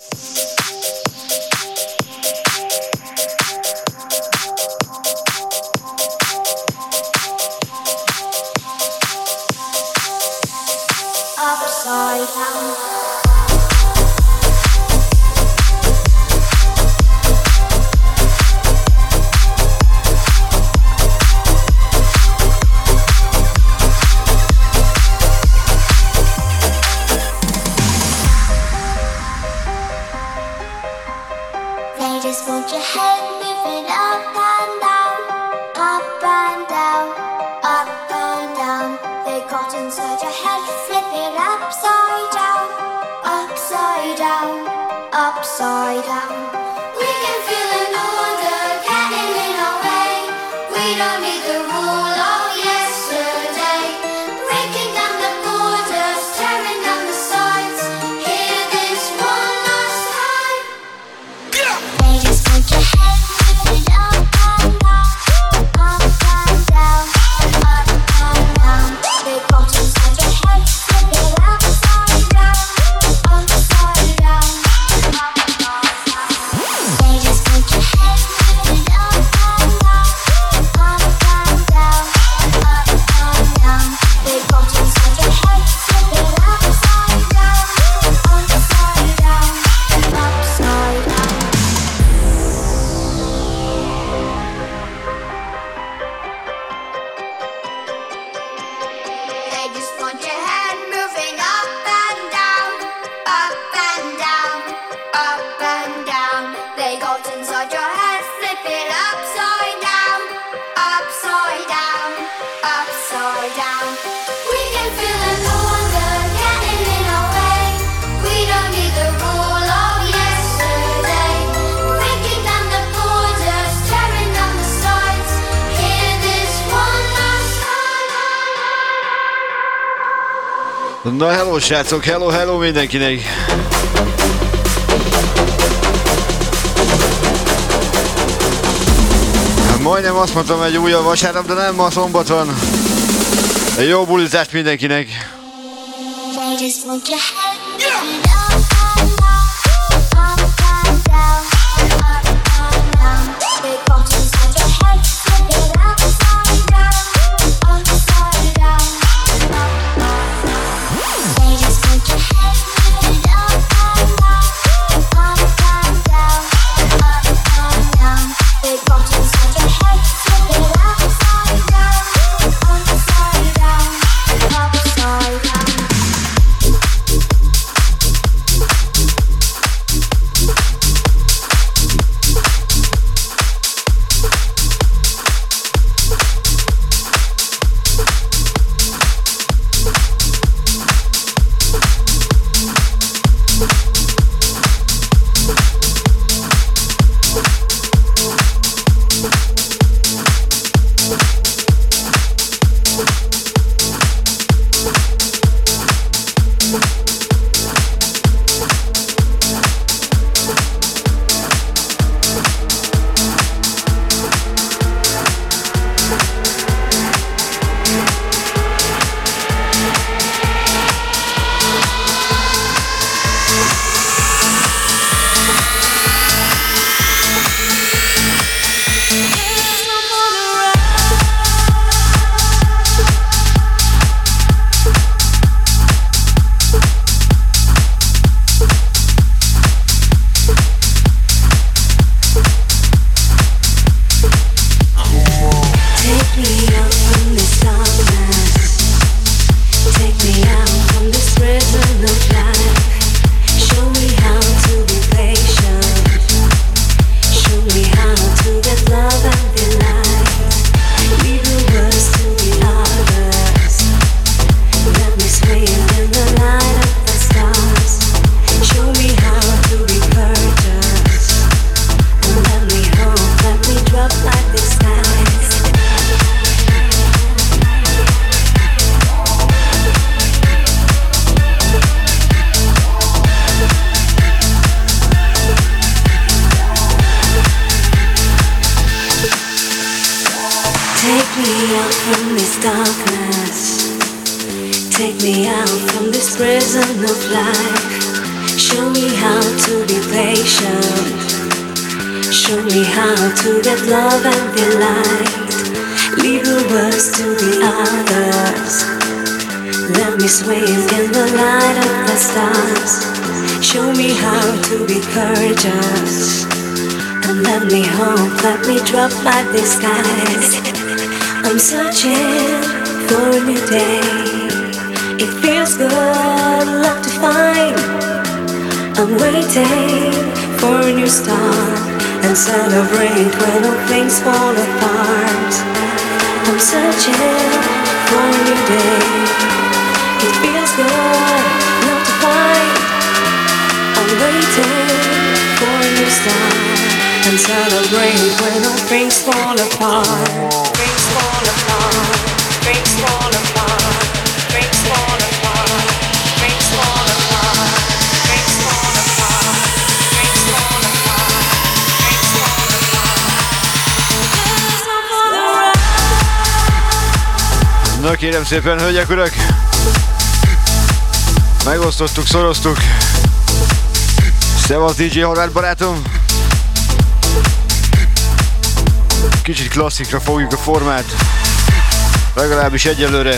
Na hello srácok, hello mindenkinek! Majdnem azt mondtam, egy újabb vasárnap, de nem, ma szombat van. Jó bulizást mindenkinek! Take me out from this prison of life. Show me how to be patient. Show me how to get love and delight. Leave the words to the others. Let me swim in the light of the stars. Show me how to be courageous. And let me hope, let me drop my disguise. I'm searching for a new day. It feels good, love to find. I'm waiting for a new start and celebrate when all things fall apart. I'm searching for a new day. It feels good, love to find. I'm waiting for a new start and celebrate when all things fall apart. Things fall apart. Things fall apart. Things fall apart. Things fall apart. Things fall apart. Things fall apart. Things fall apart. Na kérem szépen, hölgyek, urak! Megosztottuk, szoroztuk. Szevasz DJ Horváth barátom! Kicsit klasszikra fogjuk a formát. Legalábbis egyelőre.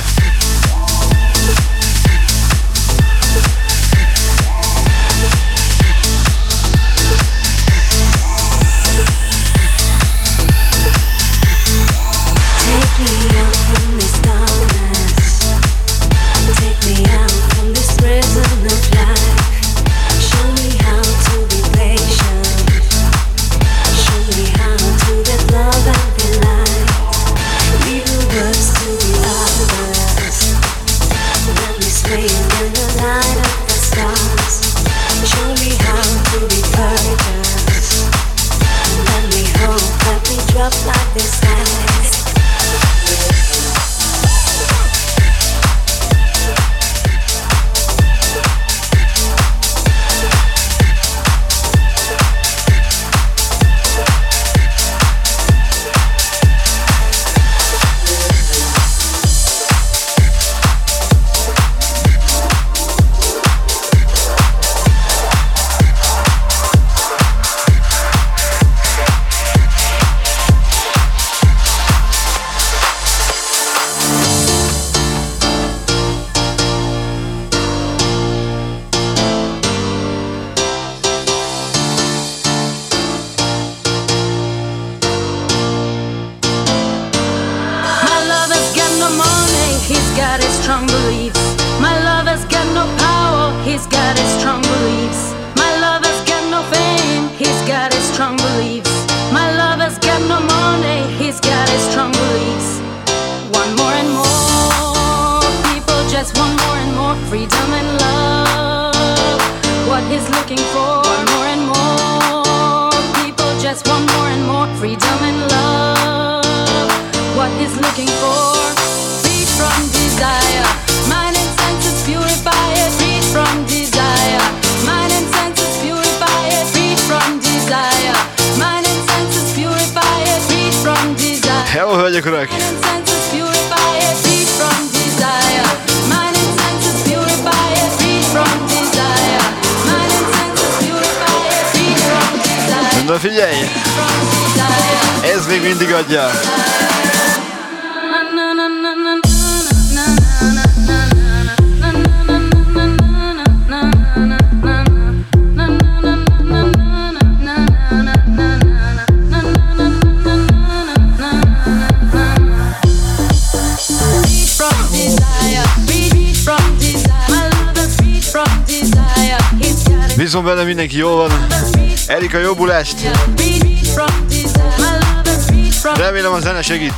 Na figyelj! Ez még mindig adja! Bízom benne, mindenki jól van. Erika, jobbulást! Remélem a zene segít.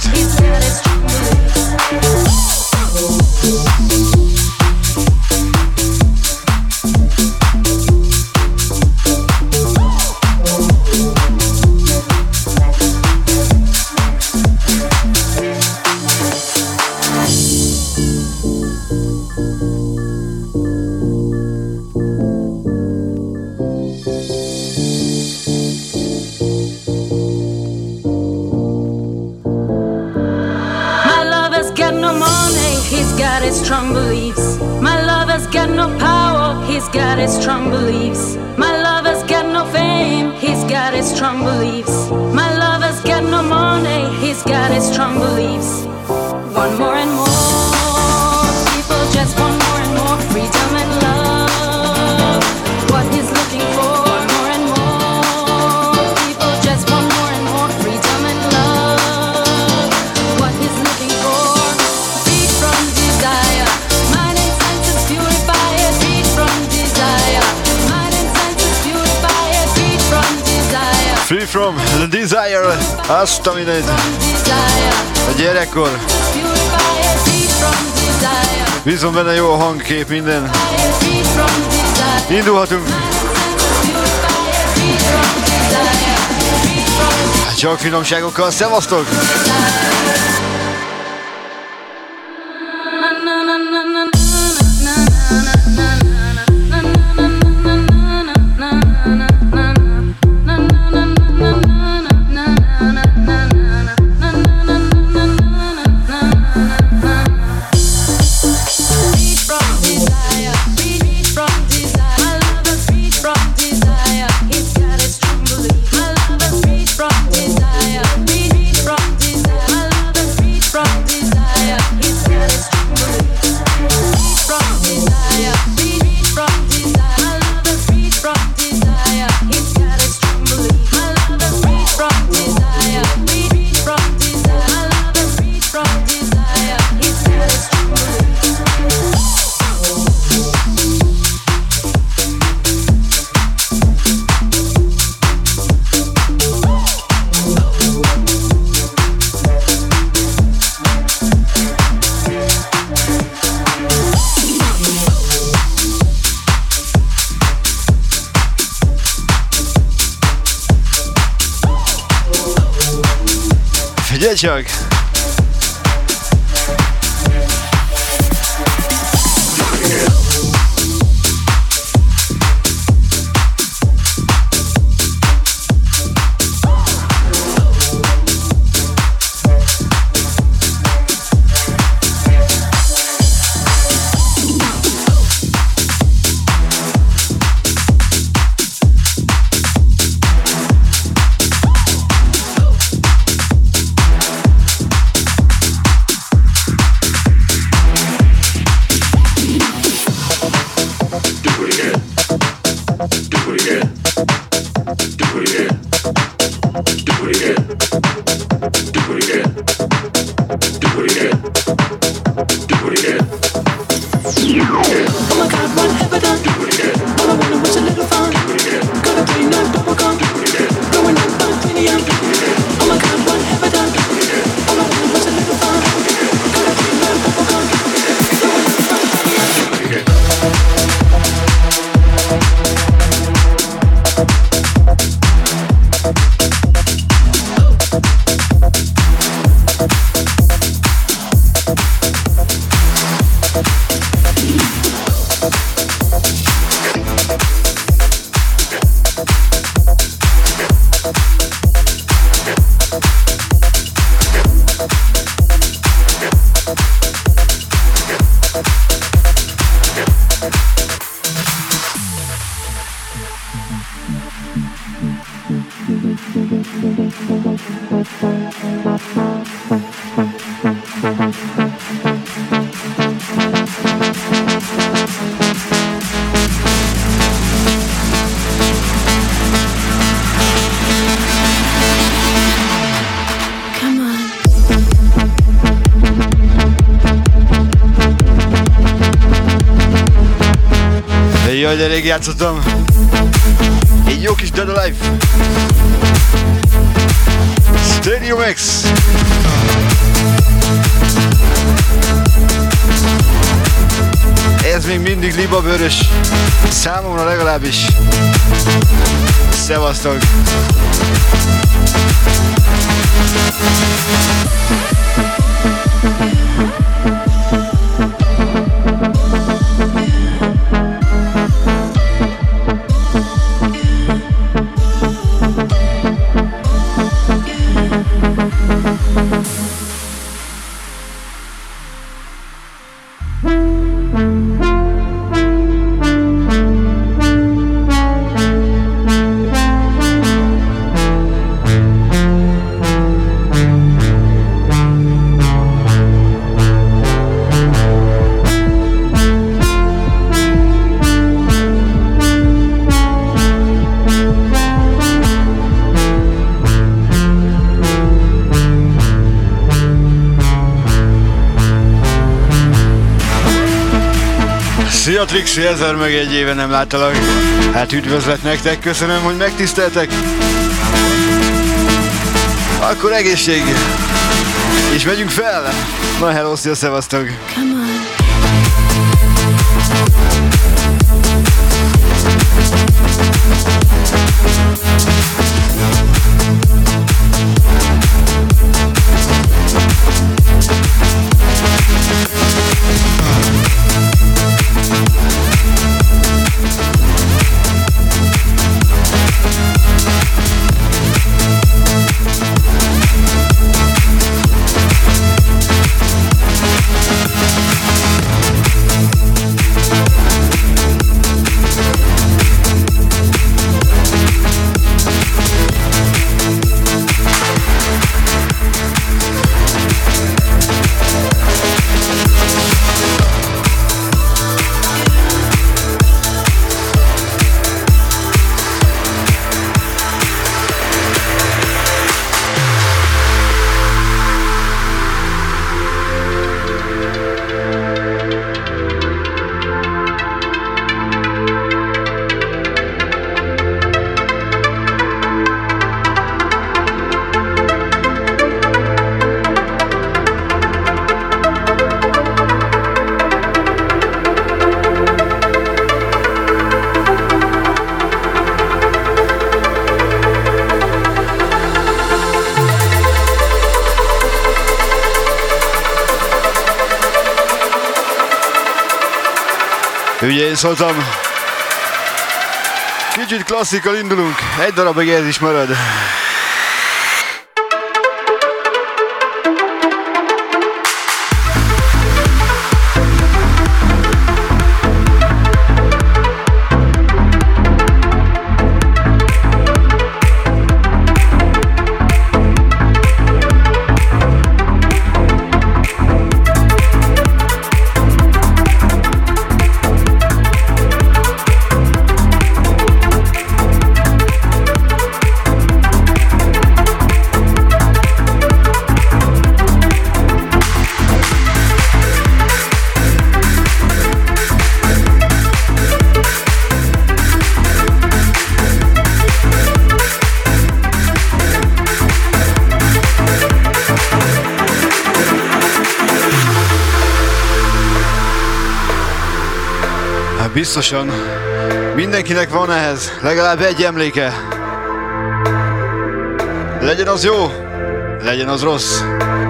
Strong beliefs. My lover's got no power, he's got his strong beliefs. My lover's got no fame, he's got his strong beliefs. My lover's got no money, he's got his strong beliefs. One more and more, people just want more and more freedom and love. What he's looking for. One more and more, people just want more and more freedom and love. What he's looking for. Free from desire, mind and senses purify it. Free from desire, mind and senses purify it. Free from desire. Free from the desire, azt a mindegy. A gyerekkor. Bízom benne, jó a hangkép, minden. Indulhatunk. Csak finomságokkal, szevasztok! Figyelj csak! Jaj, de rég játszottam. Egy jó kis Dead Alive. Stadium X. Ez még mindig libabőrös. Számomra legalábbis. Szevasztok. Szia Trixi, 1000 meg egy éve nem láttalak. Hát üdvözlet nektek, köszönöm, hogy megtiszteltek. Akkor egészség. És megyünk fel. Na hello, szia, szevasztok. Come on. Ugye én szóltam. Kicsit klasszikkal indulunk, egy darabig ez is marad. Biztosan mindenkinek van ehhez legalább egy emléke. Legyen az jó, legyen az rossz.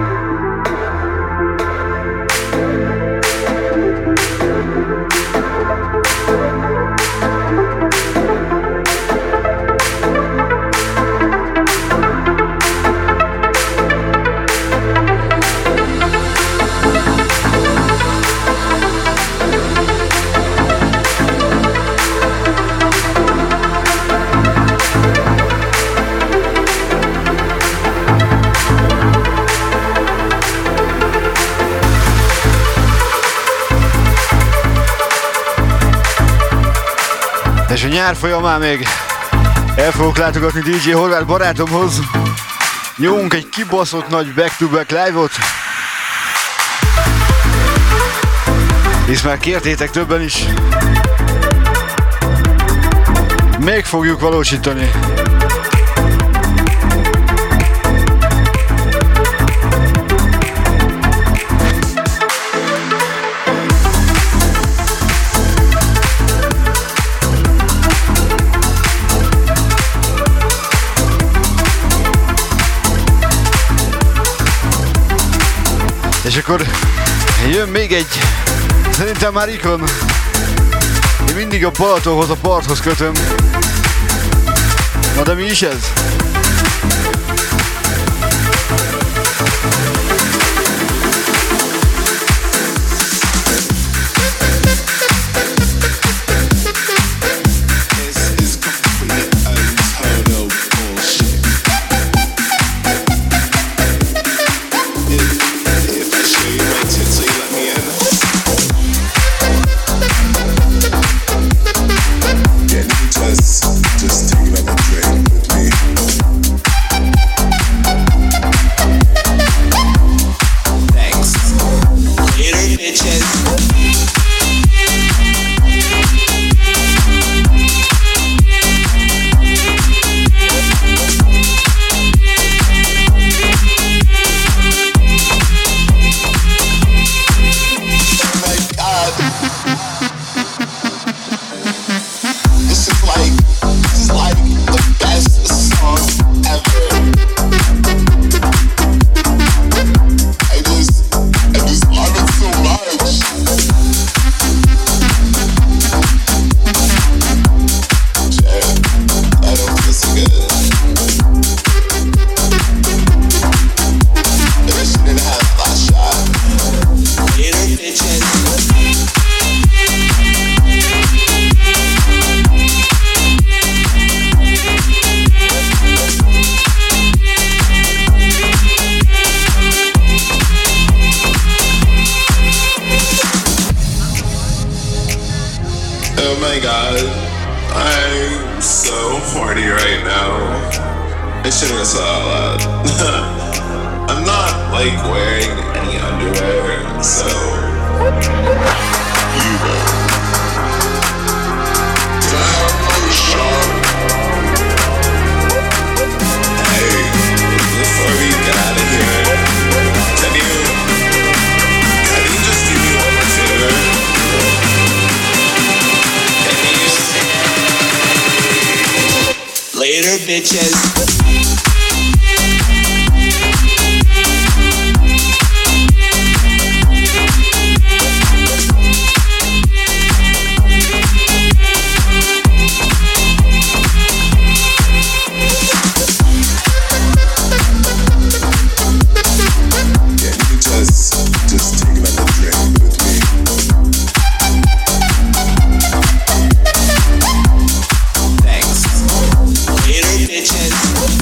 És a nyár folyamán még el fogok látogatni DJ Horváth barátomhoz. Nyomunk egy kibaszott nagy back-to-back live-ot. Hisz már kértétek többen is. Meg fogjuk valósítani. És akkor jön még egy, szerintem már ikon. Én mindig a Balatonhoz, a parthoz kötöm. Na de mi is ez? Just take another drink with me. Oh my god, I'm so horny right now. I shouldn't have said that out loud. I'm not like wearing any underwear, so you know. Can I have another shot? Hey, before we get out of here, can you just do me one favor? Later, bitches. Just take another drink with me. Thanks. Later, bitches.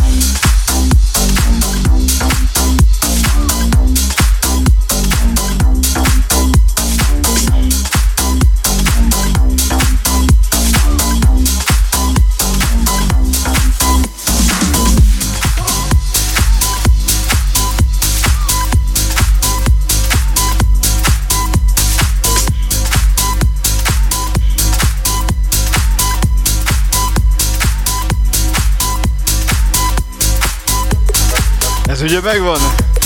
Ez ugye megvan?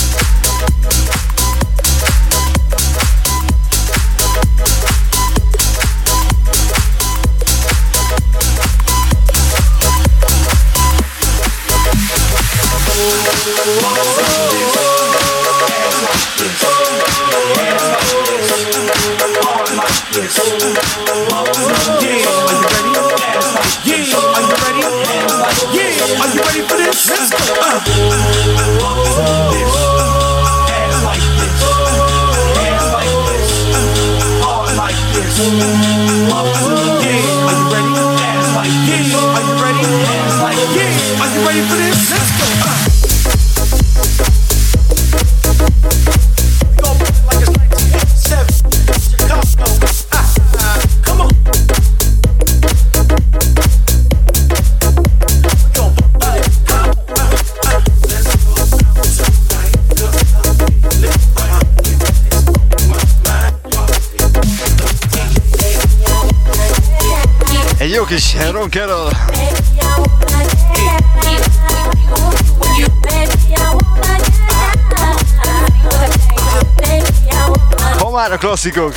Egy jó kis Ron Carroll. Ha már a klasszikok.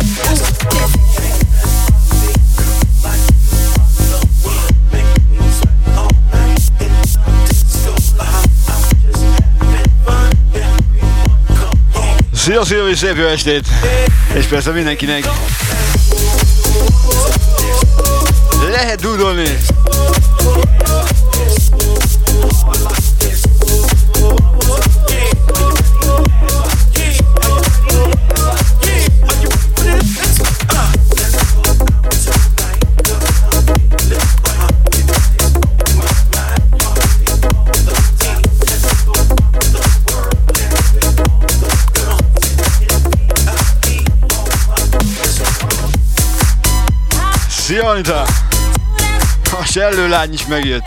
Szia Szilvi, szép jó estét! És persze mindenkinek! Lehet dúdolni! Szia Anita! A sellő lány is megjött.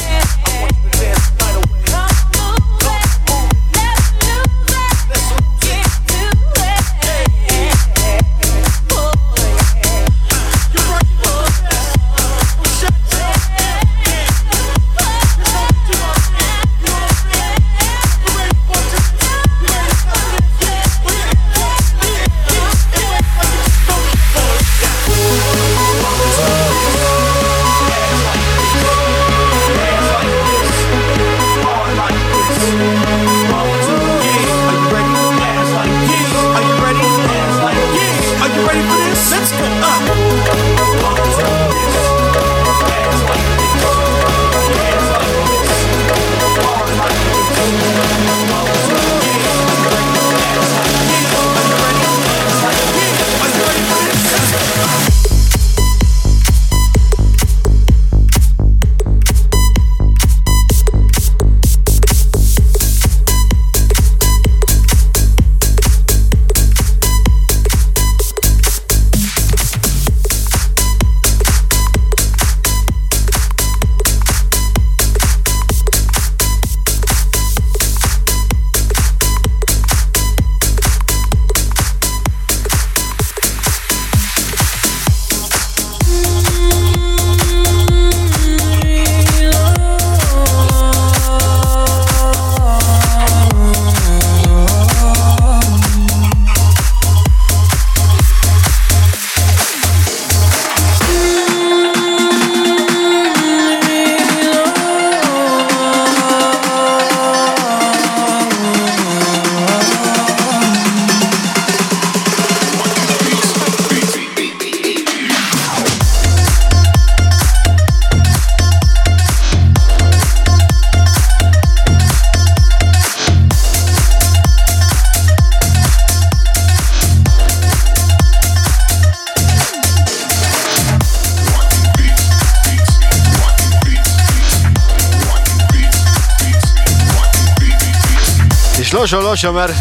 lassan, mert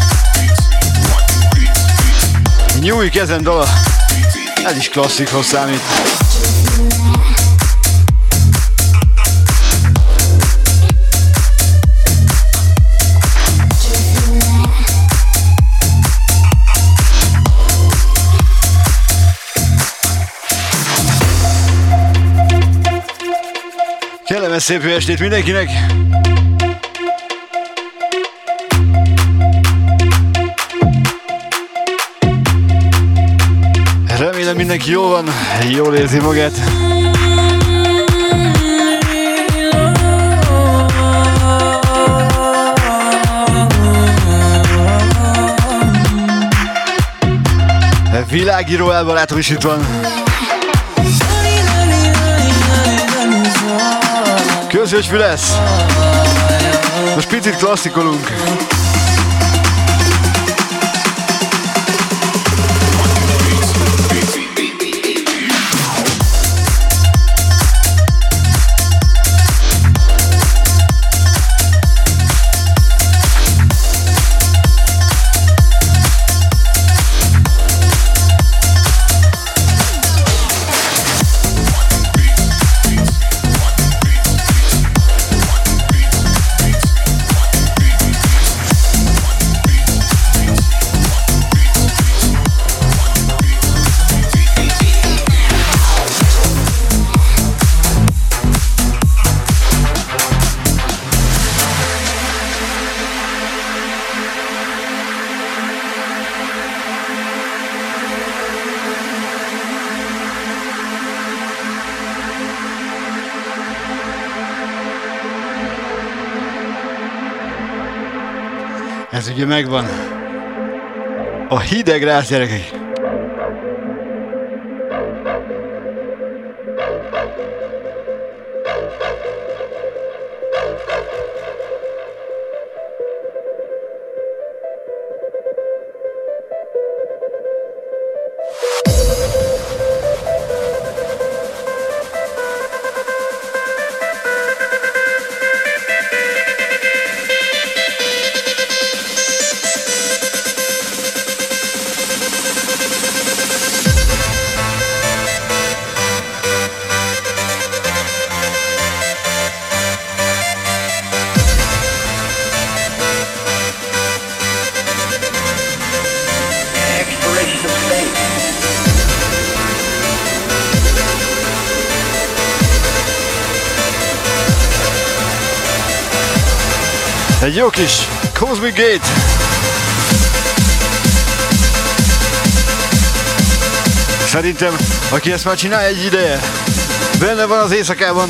nyújik ezen dala. Ez is klasszikhoz számít. Kellemes szép jó estét mindenkinek! Remélem mindenki jól van, jól érzi magát. Világíró elbarátom is itt van. Köszi, hogy fülesz! Most picit klasszikolunk. Ez ugye megvan. A hideg rász, gyerekek. Egy jó kis Cosmic Gate. Szerintem, aki ezt már csinálja egy ideje, benne van az éjszakában.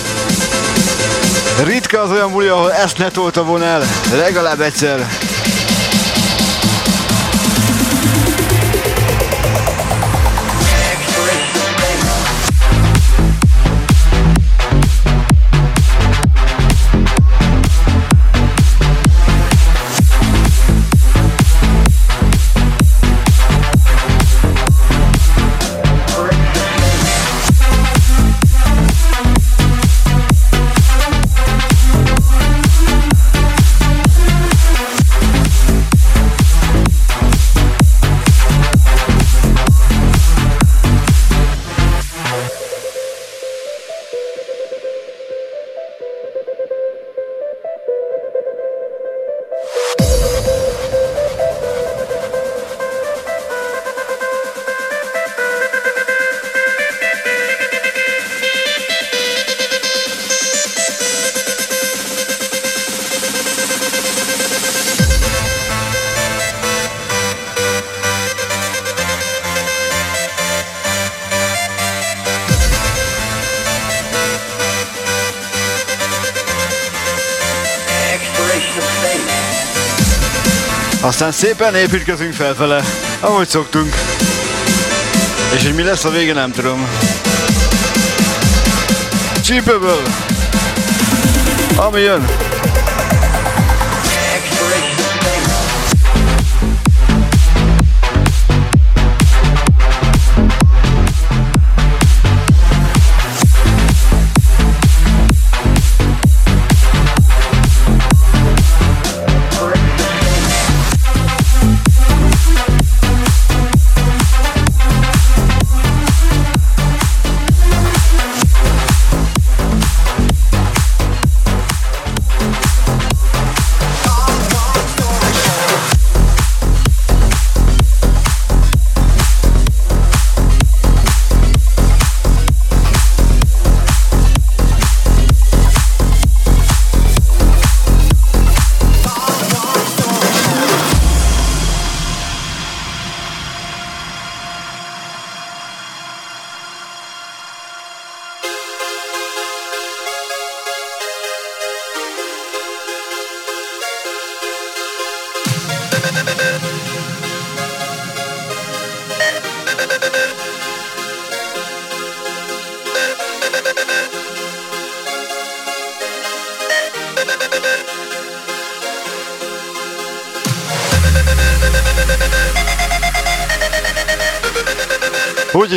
Ritka az olyan buli, ahol ezt ne tolta volna el, legalább egyszer. Aztán szépen építkezünk felfele, ahogy szoktunk. És hogy mi lesz a vége, nem tudom. Cheapable! Ami jön! Úgy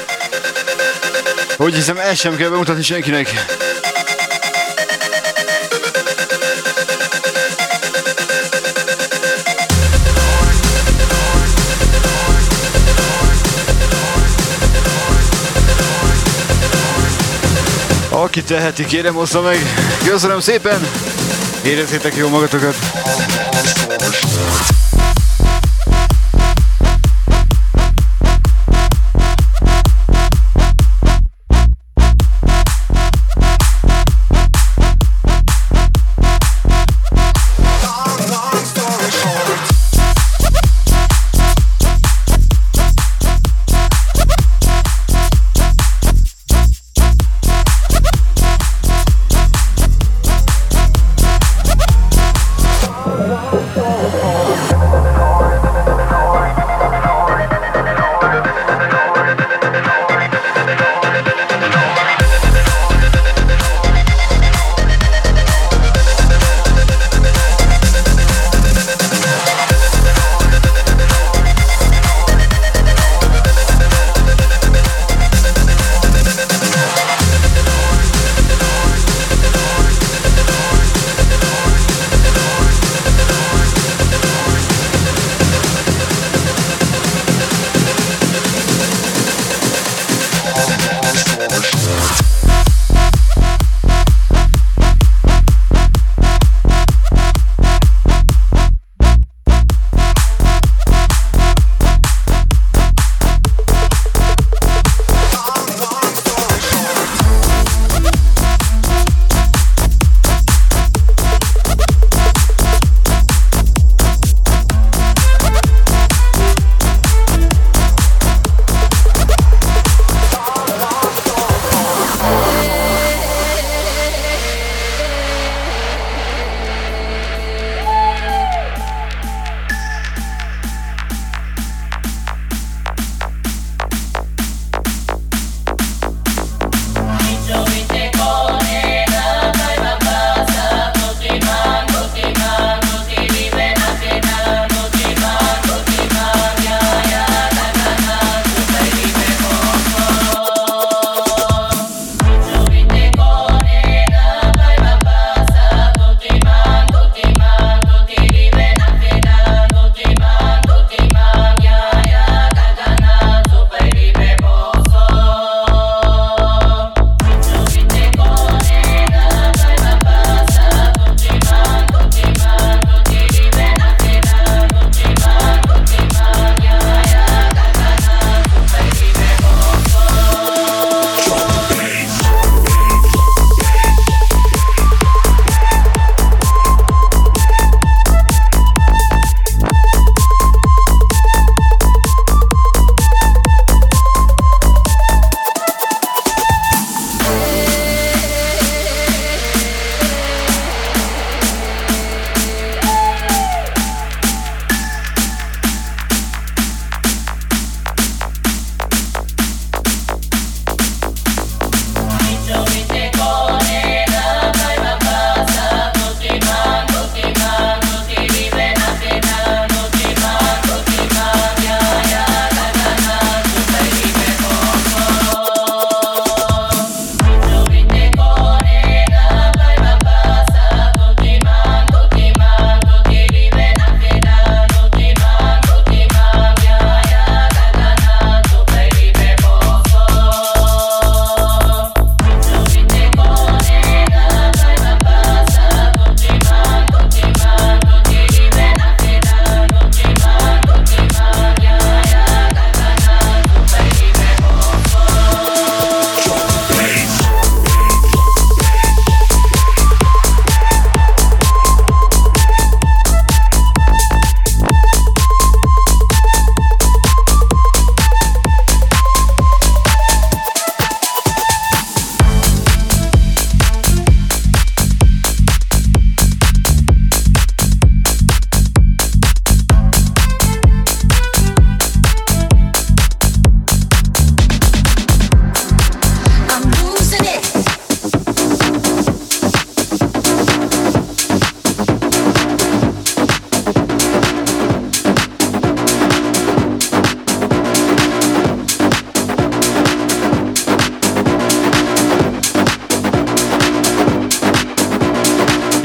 hiszem, ezt sem kell bemutatni senkinek. Aki teheti, kérem ossza meg. Köszönöm szépen. Érezzétek jól magatokat.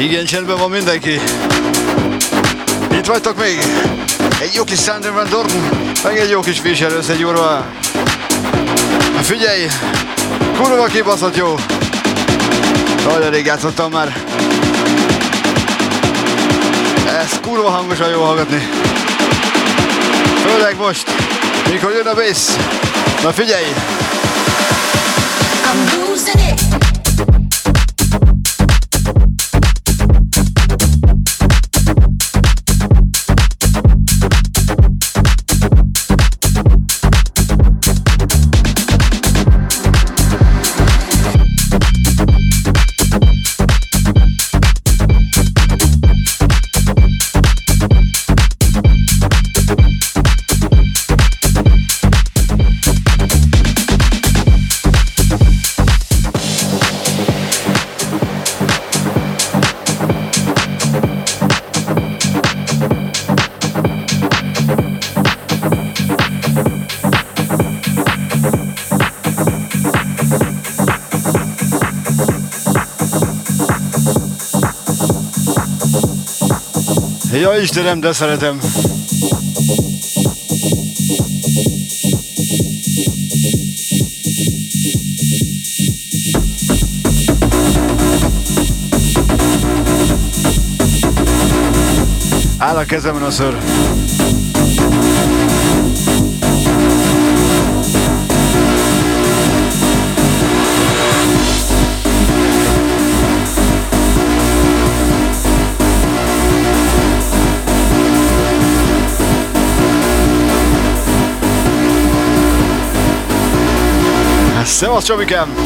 Igen, csendben van mindenki. Itt vagytok még? Egy jó kis Sander Van Doorn, meg egy jó kis Fischer összegyúrva. Figyelj! Kurva kibaszott jó! Nagyon rég játszottam már. Ez kurva hangosan jó hallgatni. Főleg most, mikor jön a bass. Na figyelj! I'm losing it. Ja Istenem, de szeretem. Áll a kezemben a ször. Szevasz Csabikám!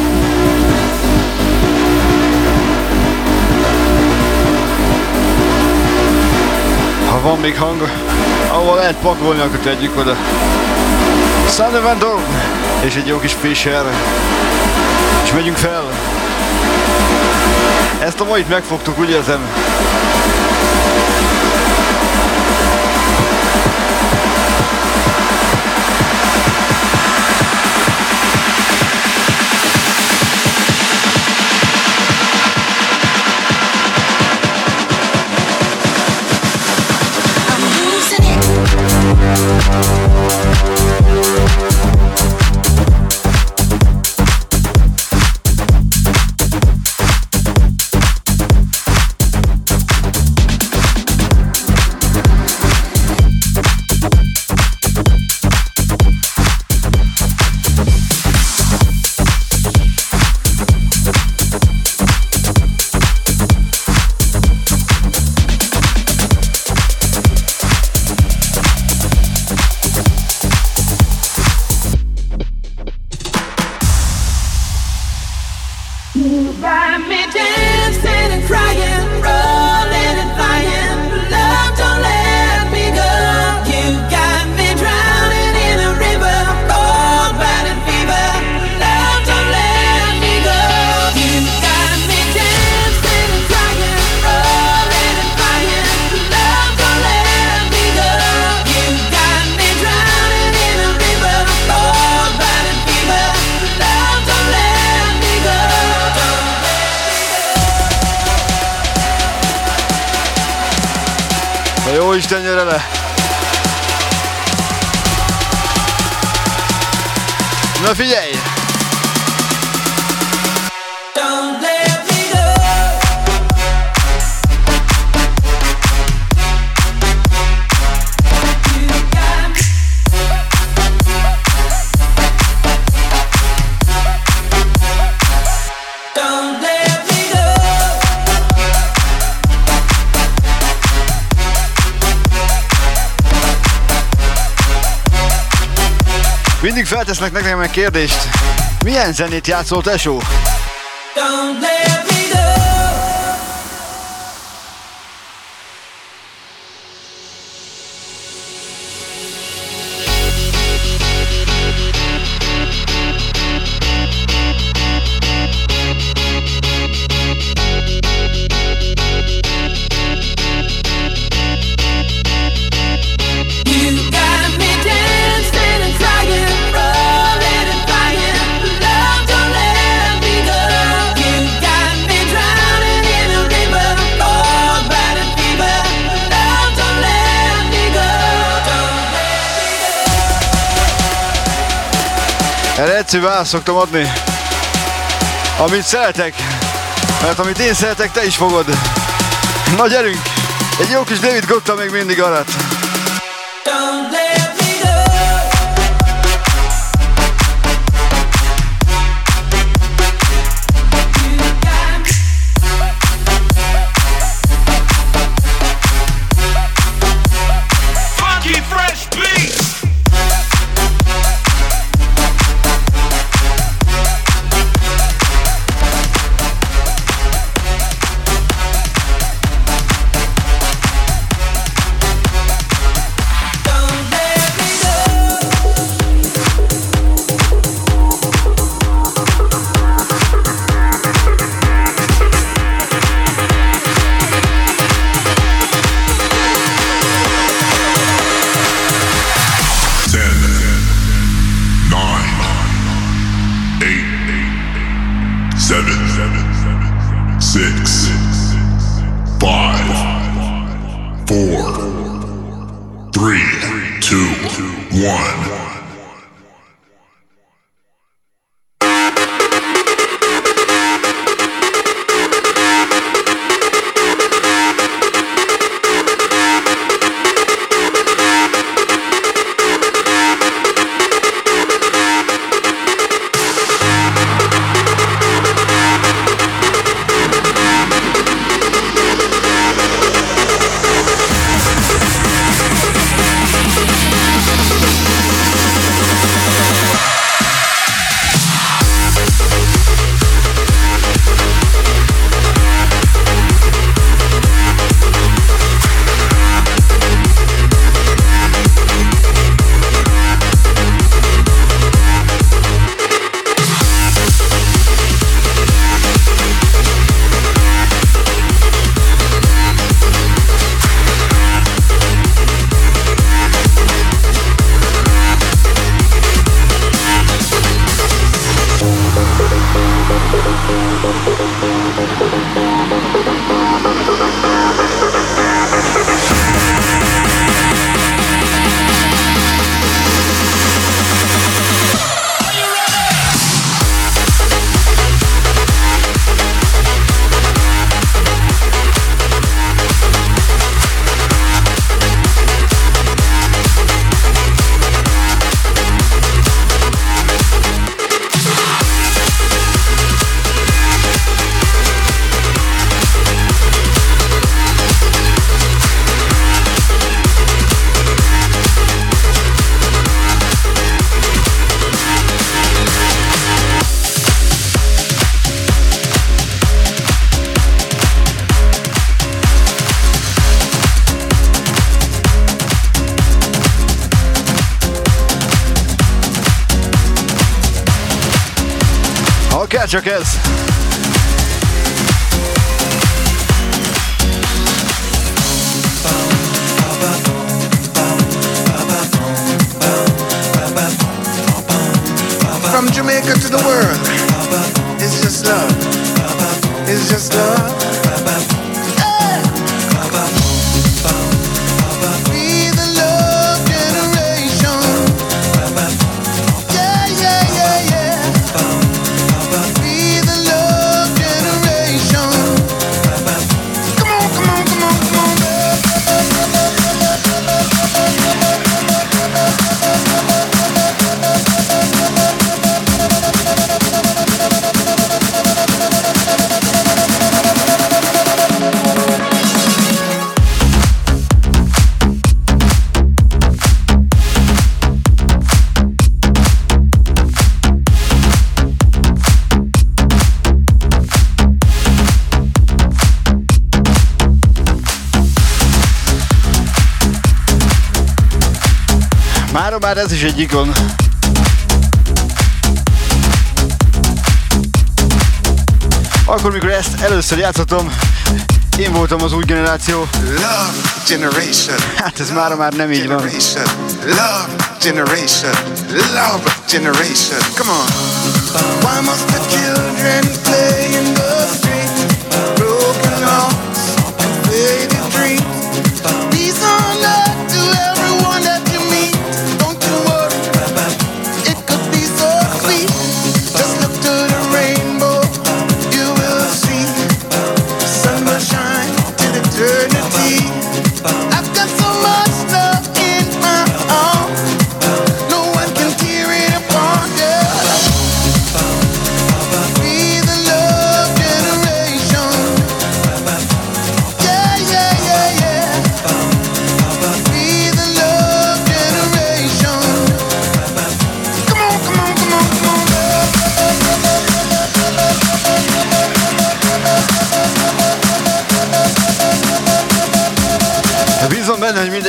Ha van még hang, ahol lehet pakolni, akkor tegyük oda. Sander Van Doorn és egy jó kis Fischer. És megyünk fel. Ezt a mait megfogtuk, úgy érzem. Jó Isten, gyere le! Na figyelj! Mindig feltesznek nekem egy kérdést. Milyen zenét játszol, tesó? Rolling and flying, love don't let me go. Geci, választ szoktam adni. Amit szeretek, mert amit én szeretek, te is fogod. Na gyerünk! Egy jó kis David Guetta még mindig arat. Csak ez. From Jamaica to the world, it's just love. It's just love. Már ez is egy ikon. Akkor, mikor ezt először játszottam, én voltam az új generáció. Love generation. Hát ez már nem így van. Love generation. Love generation. Come on. Why must the children play in the street? Broken hearts and faded dreams. These are not to everyone that you meet. Don't you worry. It could be so sweet.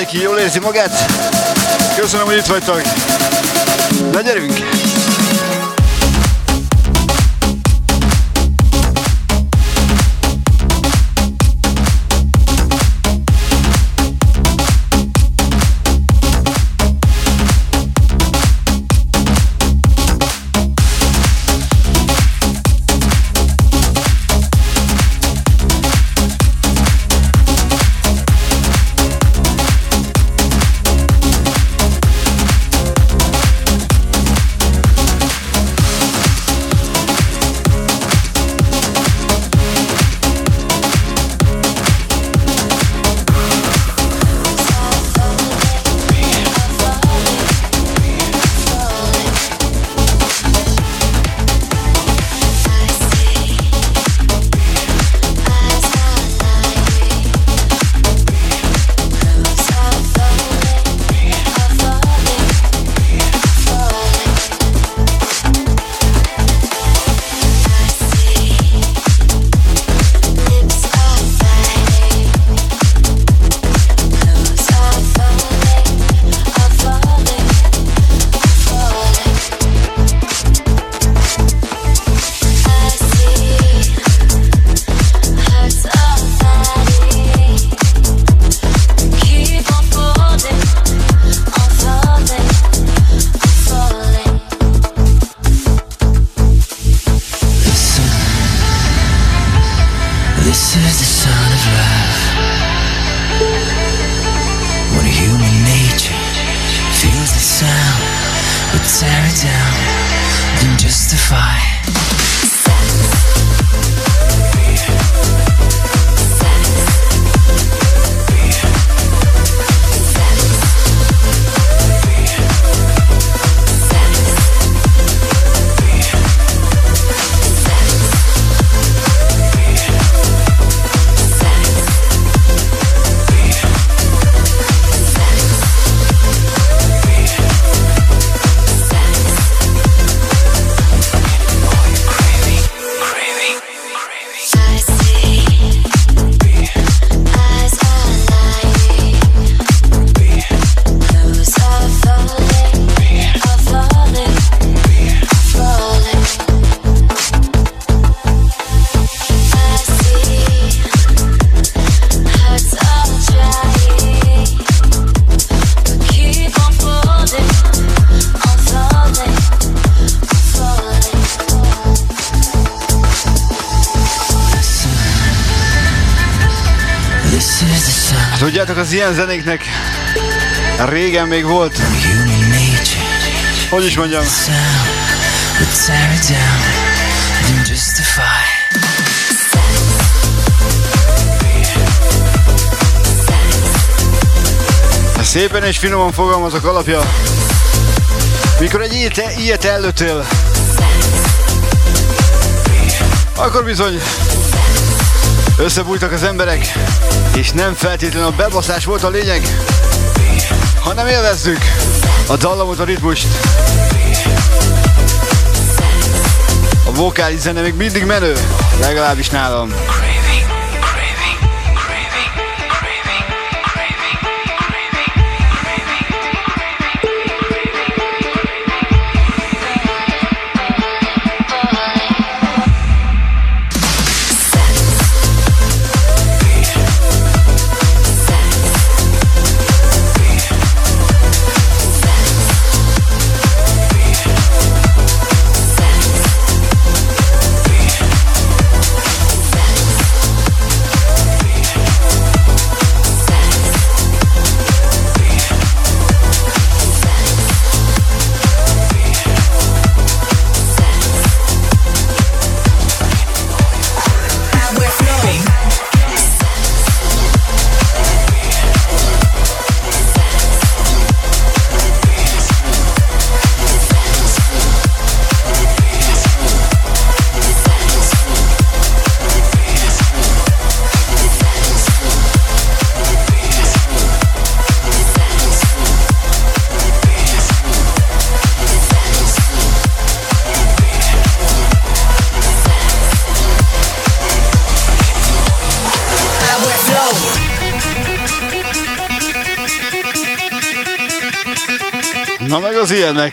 mindenki jól érzi magát. Köszönöm, hogy itt vagytok. Na gyerünk! Tudjátok, az ilyen zenéknek régen még volt, hogy is mondjam, szépen és finoman fogalmazok alapja, mikor egy ilyet előttél, akkor bizony összebújtak az emberek, és nem feltétlenül a bebaszás volt a lényeg, hanem élvezzük a dallamot, a ritmust. A vokális zene még mindig menő, legalábbis nálam. Na meg az ilyenek.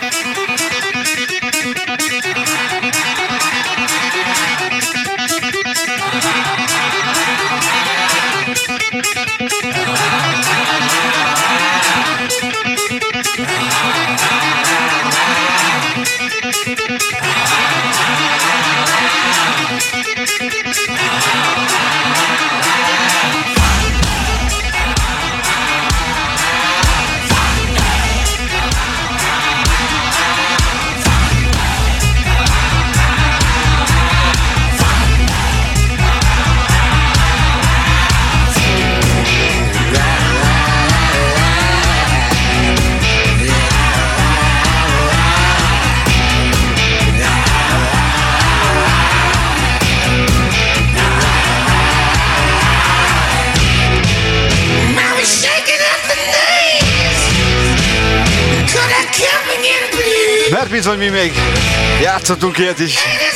Mert bizony mi még játszottunk ilyet is.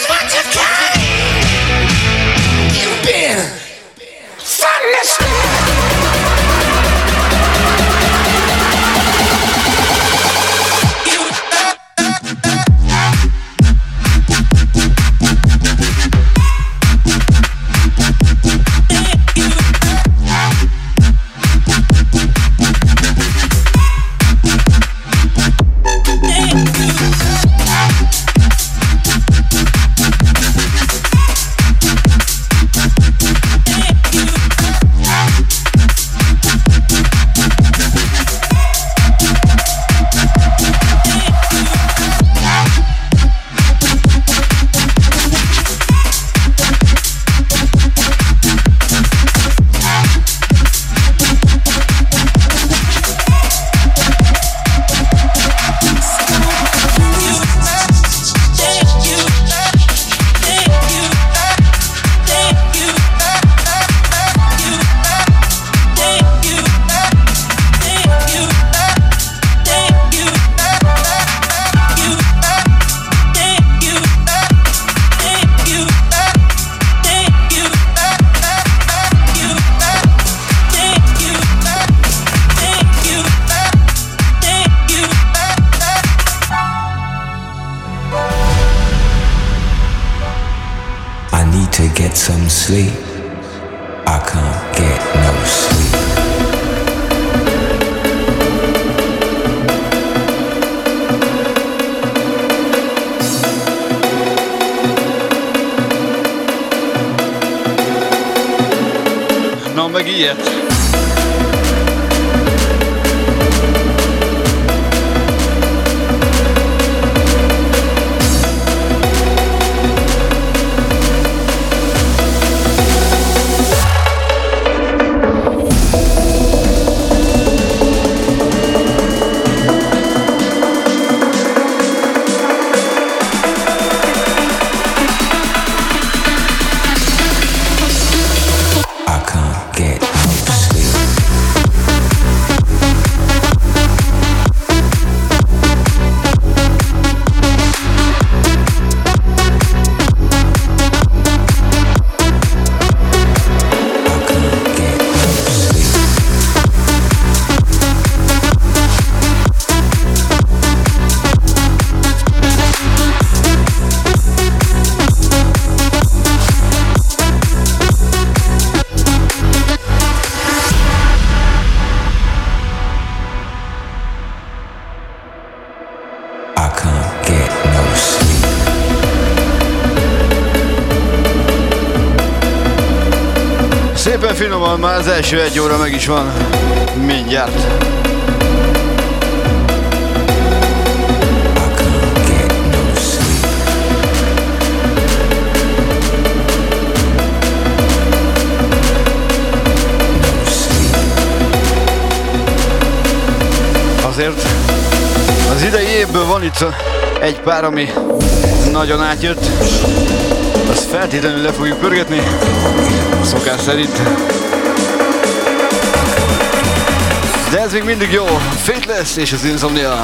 Meg ilyet. Szépen finoman, már az első 1 óra meg is van. Mindjárt. Azért az idei évből van itt egy pár, ami nagyon átjött. Azt feltétlenül le fogjuk pörgetni, szokás szerint. De ez még mindig jó. Faithless és az Insomnia.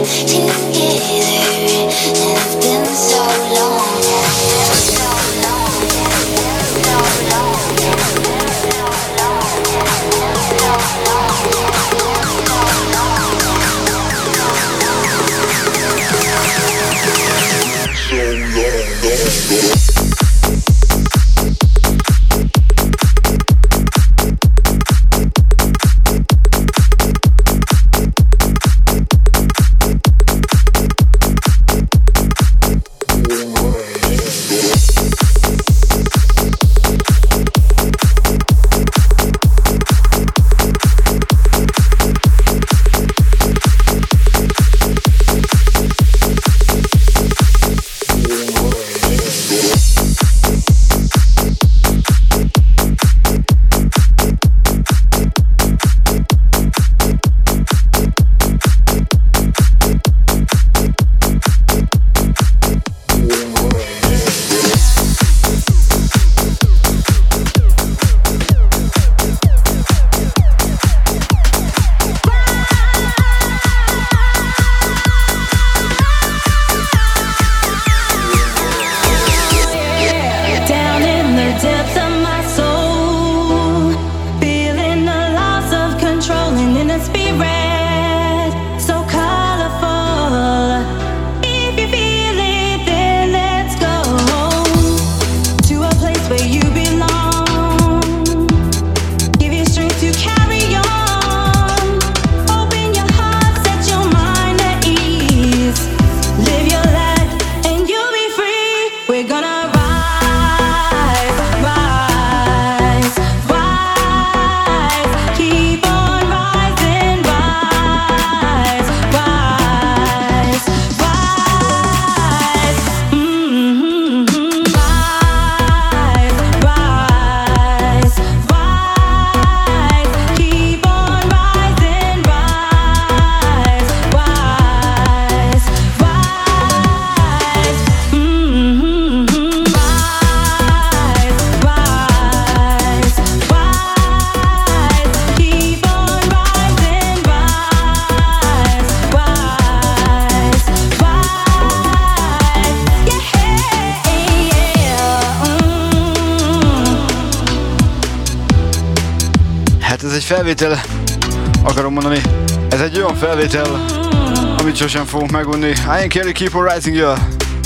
Felvétel, akarom mondani, ez egy olyan felvétel, amit sosem fogunk megunni. Ian Kelly, Keep on Rising, yeah.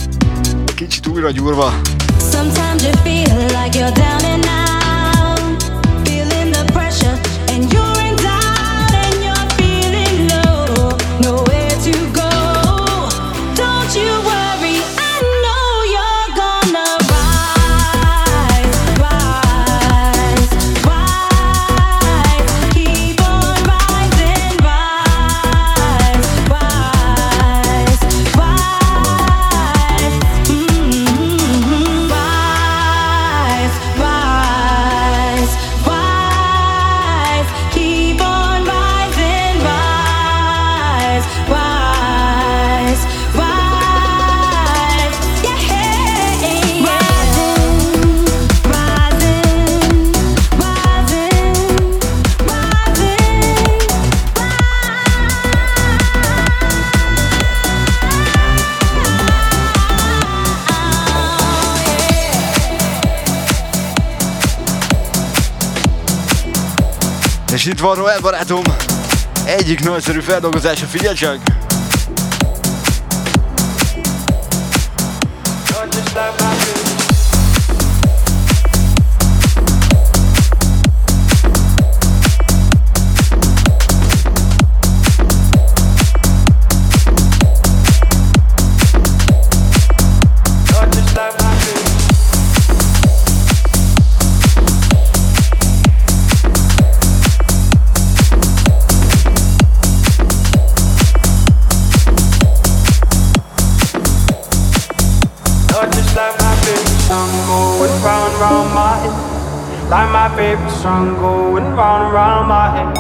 Kicsit újra gyúrva. Sometimes you feel like you're down and out, feeling the pressure and you're in doubt and you're feeling low, nowhere to go. Don't you worry, I know you're gonna rise, rise, rise. Keep on rising, rise, rise, rise. Rise, rise, rise. Keep on rising, rise, rise, rise. Yeah, rising, rising, És itt van Roel barátom, egyik nagyszerű feldolgozása, figyelj csak! Like my favorite song going round and round my head.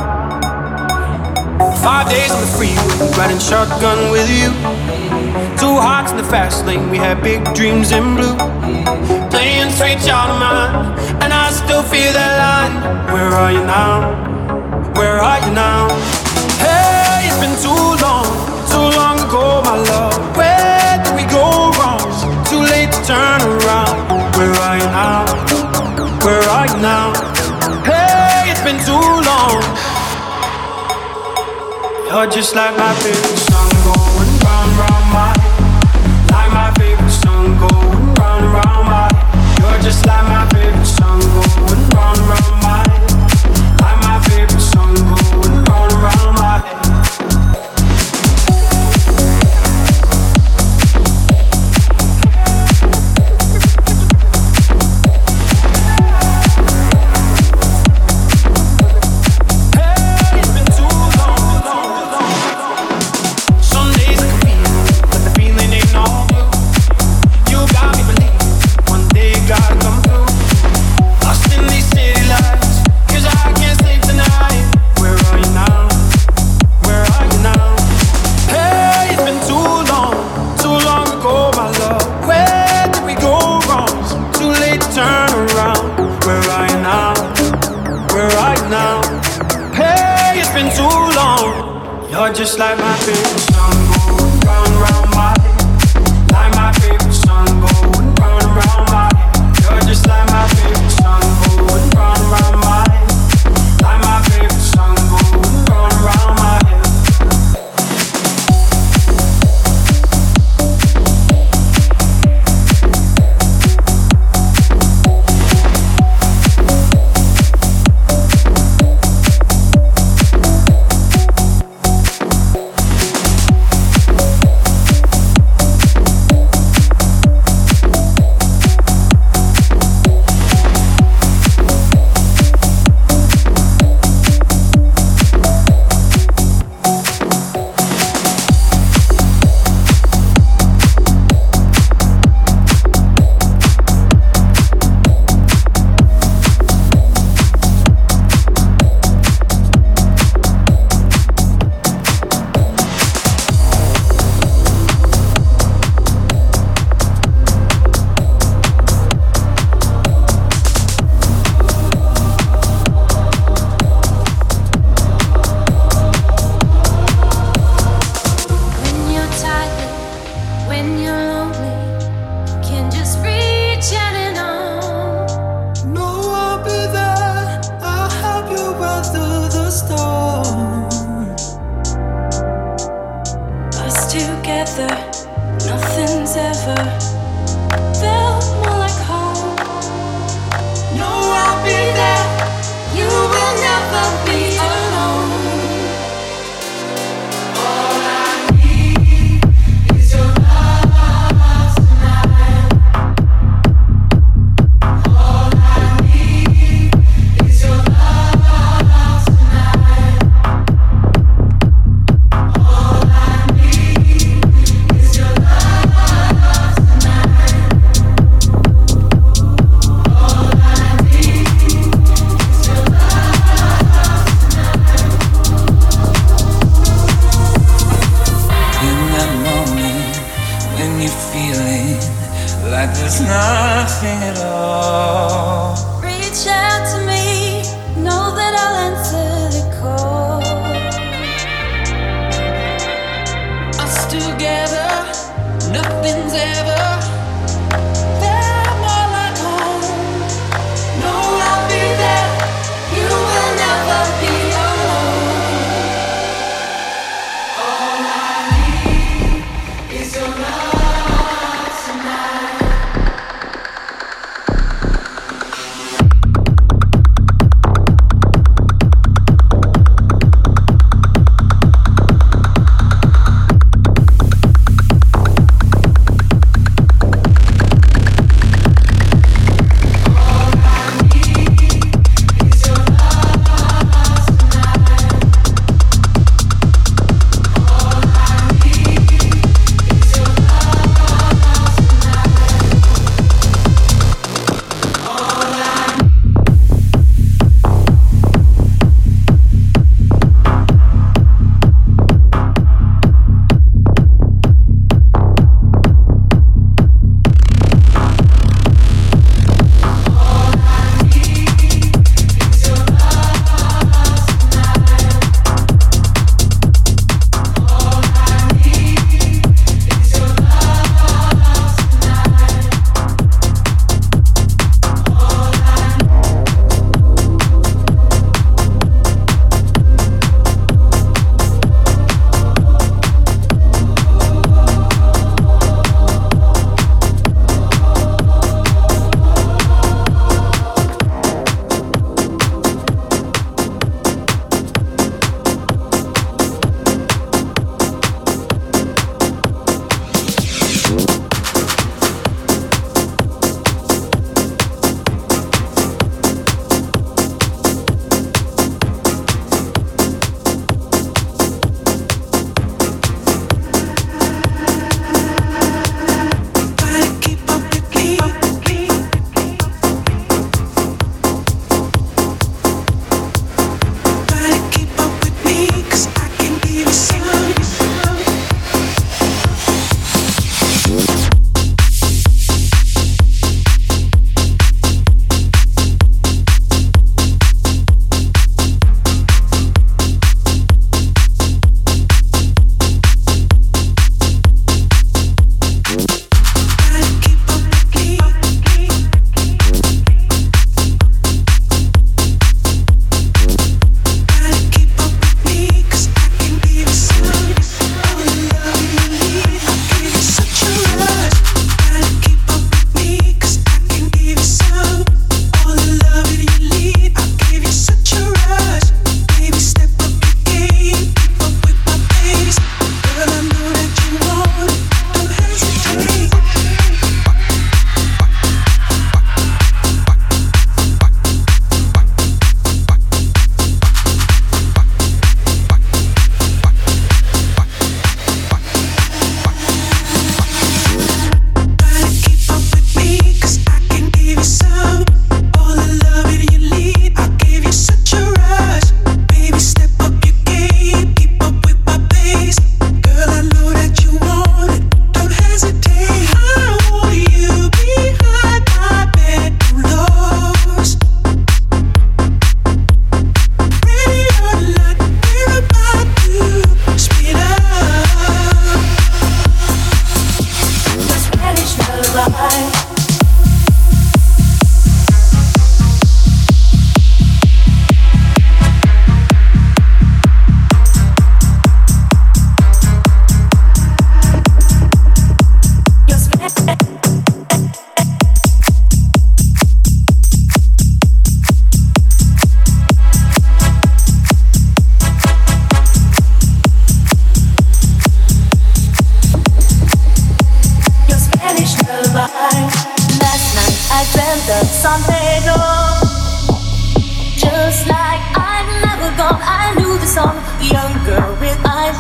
5 days on the freeway, riding shotgun with you. 2 hearts in the fast lane, we had big dreams in blue. Playing sweet child of mine, and I still feel that line. Where are you now? Where are you now? Hey, it's been too long ago. Where are you now? Hey, it's been too long. You're just like my favorite song going round, round my head. Like my favorite song going round, round my head. You're just like my favorite song going round, round my head. Like my favorite song going round, round my head. Just like my favorite song going round, round my head. Like my favorite song going round, round my head. You're just like my favorite song going round, round my head. Like my favorite song going round, round my head.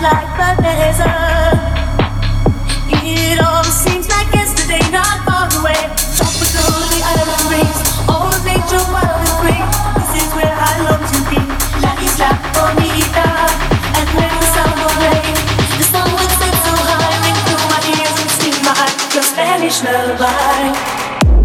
like the desert. It all seems like yesterday, not far away. Tropical, the island breeze, all of nature wild and free. This is where I long to be. La isla bonita, and when the sun will rain, the sun will set so high, ring through my ears and sing my your Spanish lullaby.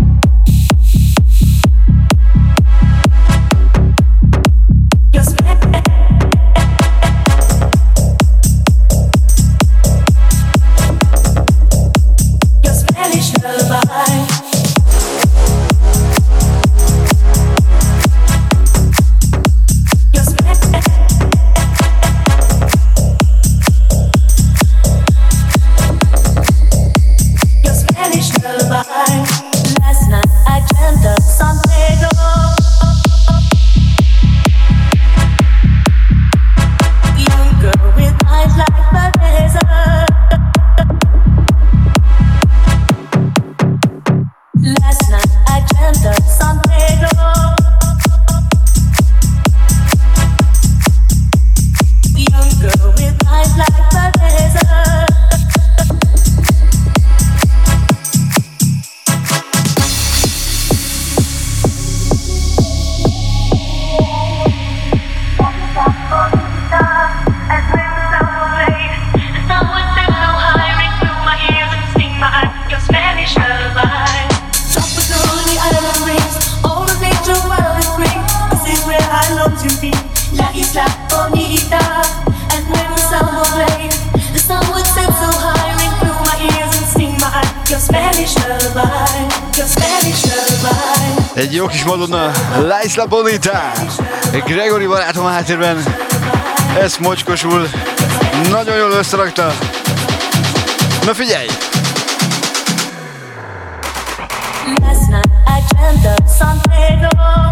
Egy jó kis Madonna, La Isla Bonita, Gregory barátom a háttérben, ezt mocskosul, nagyon jól összerakta. Na figyelj! Last night I dreamt of San Pedro,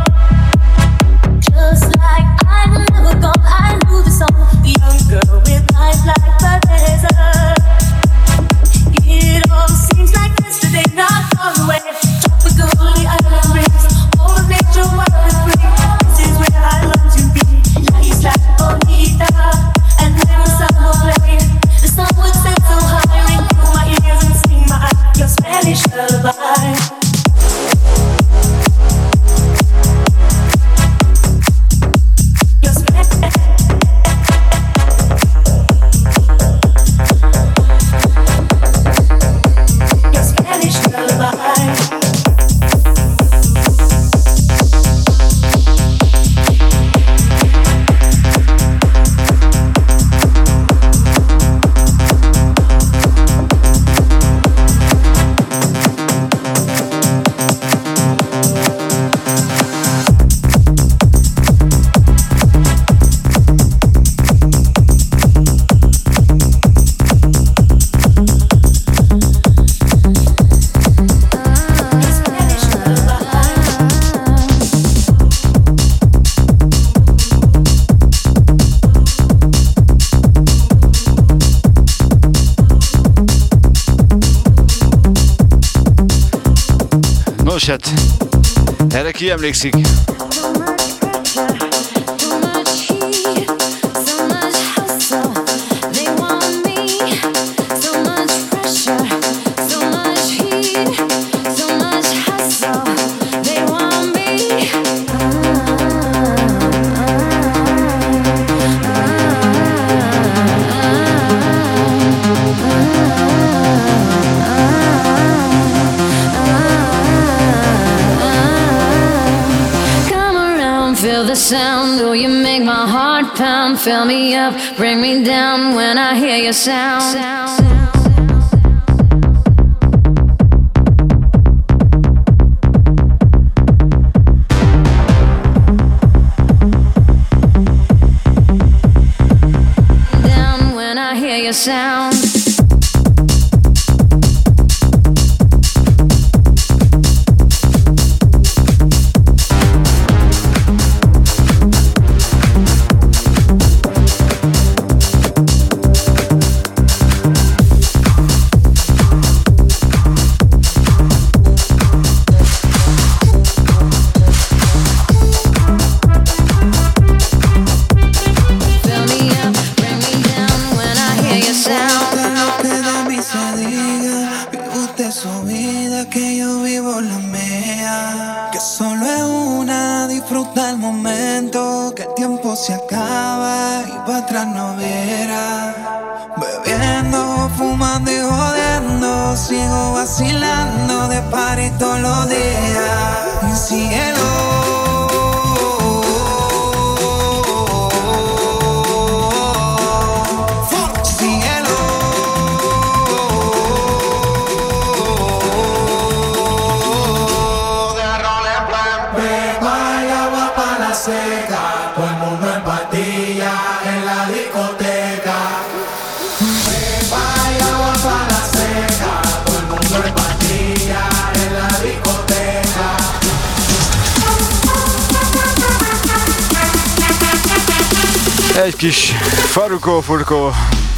just like I've never gone. I knew the song, the young girl with eyes like the desert. It all seems like yesterday, not far away. Tropical, the island breeze, all of nature wild and free. This is where I long to be. La isla bonita, and when the sun will play, the sun would set so high, ring through my ears and sing my your Spanish lullaby. Nos hát, erre ki emlékszik? Sound, oh, you make my heart pound. Fill me up, bring me down when I hear your sound. Down when I hear your sound. su vida, que yo vivo la mía. Que solo es una, disfruta el momento. Que el tiempo se acaba y para atrás no verá. Bebiendo, fumando y jodiendo, sigo vacilando de party todos los días. Y síguelo. Seca, todo el mundo en patilla en la discoteca. Pepa y agua para la seca, todo el mundo en patilla en la discoteca. Egy kis farukó-furkó.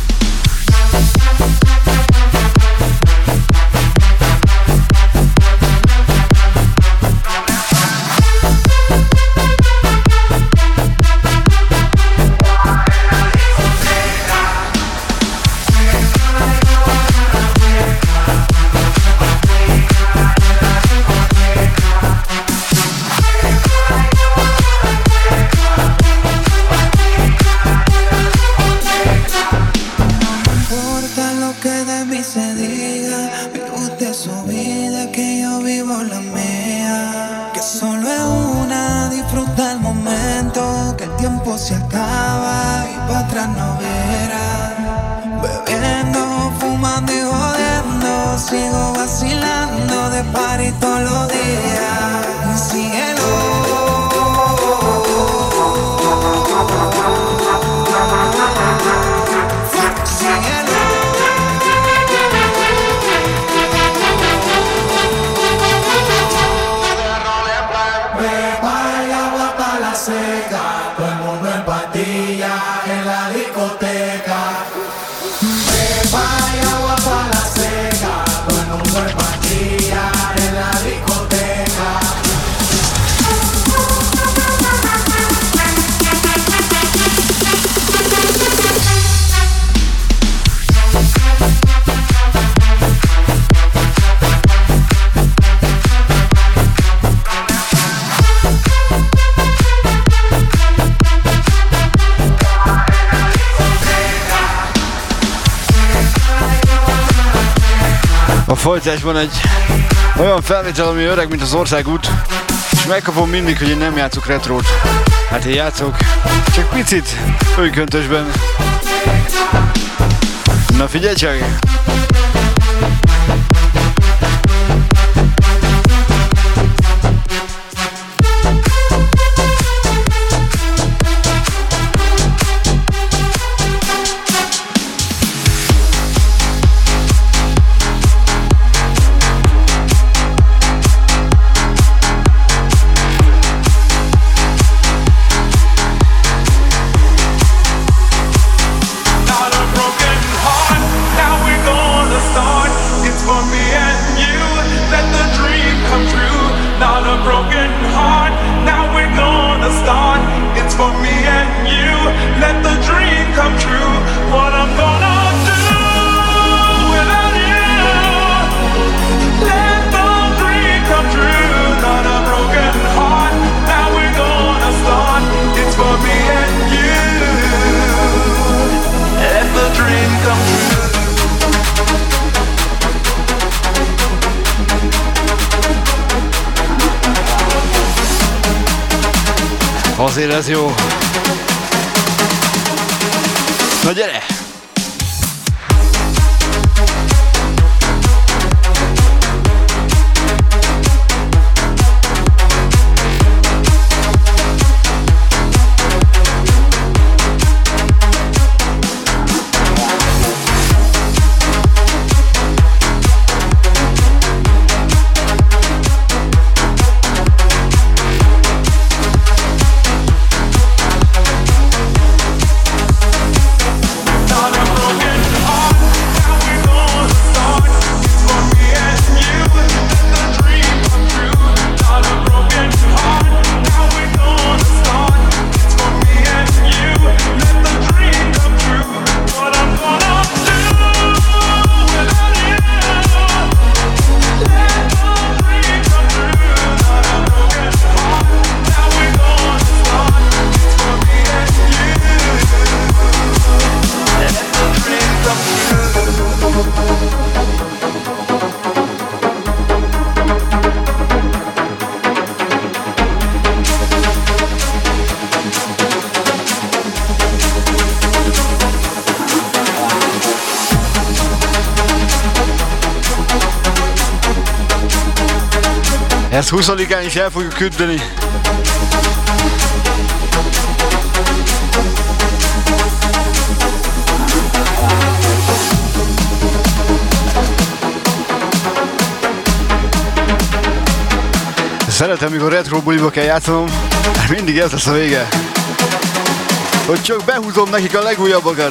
Se acaba y para atrás no verá. Bebiendo, fumando y jodiendo, sigo vacilando de party todos los días. Y síguelo. En la discoteca, pepa y agua para la seca, todo el mundo en patilla en la discoteca. A folytásban egy olyan felvétel, ami öreg, mint az országút, és megkapom mindig, hogy én nem játszok retrót. Hát én játszok, csak picit újköntösben. Na figyelj csak! Azért ez jó. Na gyere! Ezt 20-án is el fogjuk küldeni. Szeretem, mikor retro buliba kell játszanom, mert mindig ez lesz a vége. Hogy csak behúzom nekik a legújabbakat.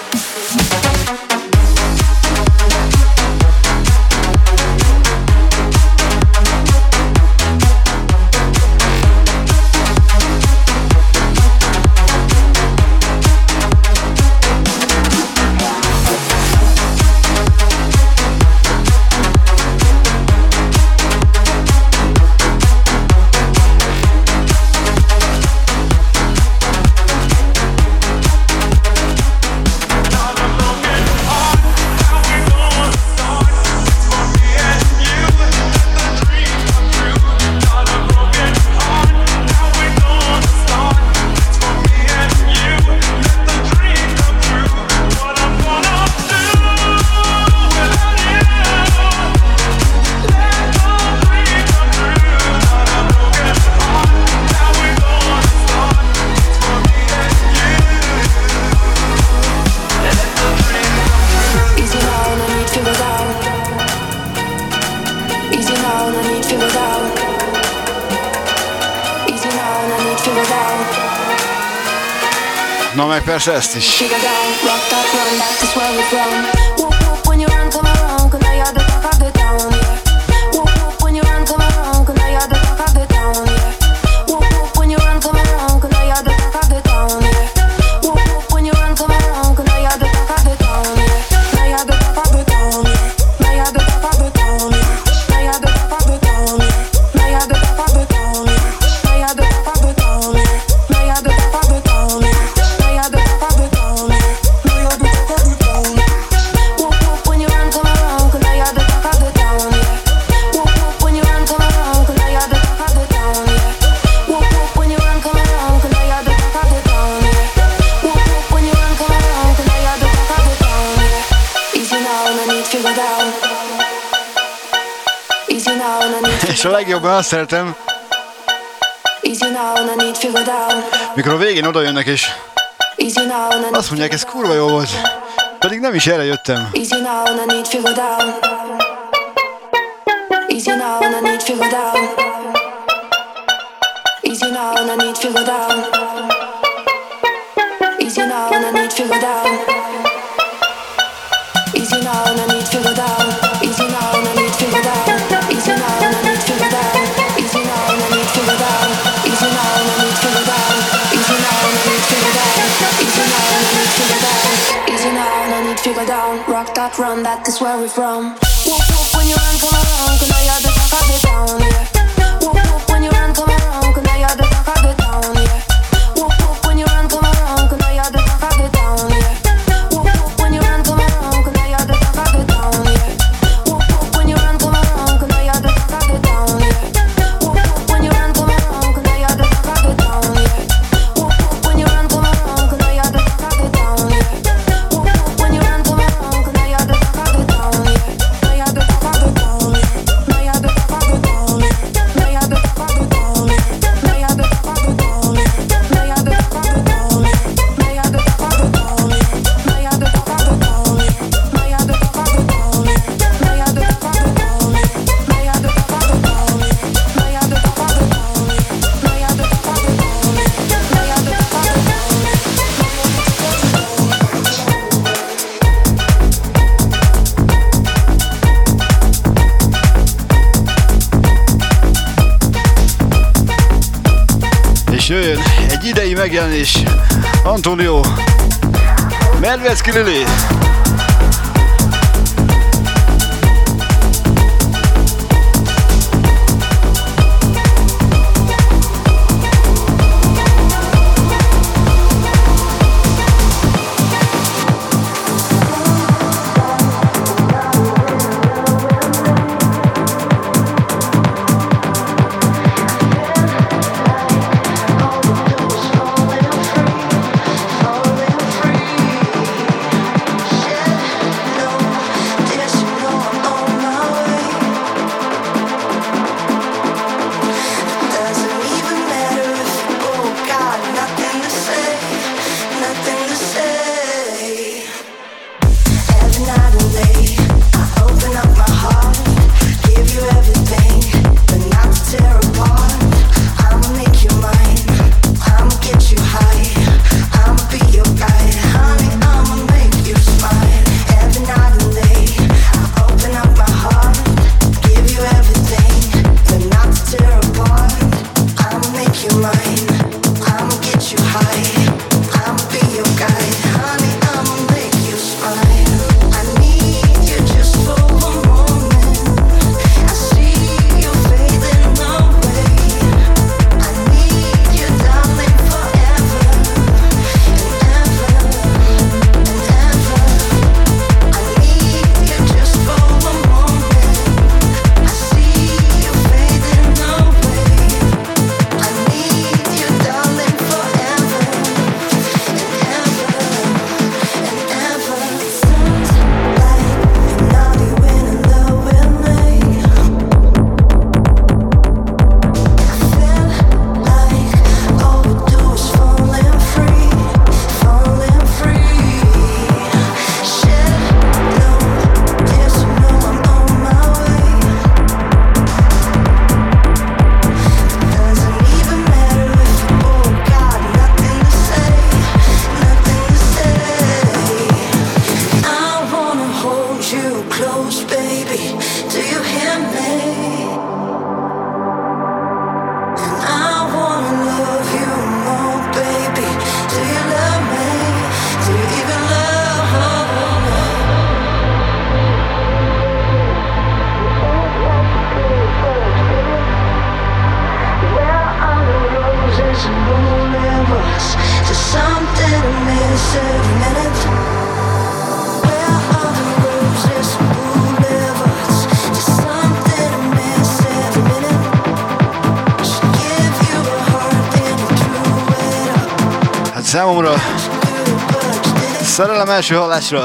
Na meg persze ezt is. És a legjobban azt szeretem, mikor a végén oda jönnek és azt mondják, ez kurva jó volt, pedig nem is erre jöttem. Figure down, rock that run, that is where we're from. Whoop whoop when you run, come around, 'cause now you're the talk of the town, yeah. Whoop whoop when you run, come around, 'cause now you're the talk of the town, yeah. Whoop whoop when you run, come around, 'cause now you're the talk of the town, yeah. Whoop whoop when you run, come around, 'cause now you're the talk of the town, yeah. Whoop whoop when you run, come around, 'cause now you're the talk of the town, yeah. Whoop whoop when you run, come around, 'cause now you're the talk of the town, yeah. Whoop whoop when you run, come around, 'cause now you're the talk of the town, yeah. Jöjjön egy idei megjelenés, Antonio Medvecki Lili. close, baby? Do you hear me? And I wanna love you more, baby. Do you love me? Do you even love me? Where are the roses and boulevards? There's something I miss every minute. Where are the roses and boulevards? There's something I miss every minute. Should give you a heart, then you threw it up. Hát számomra szerelem első hallásra.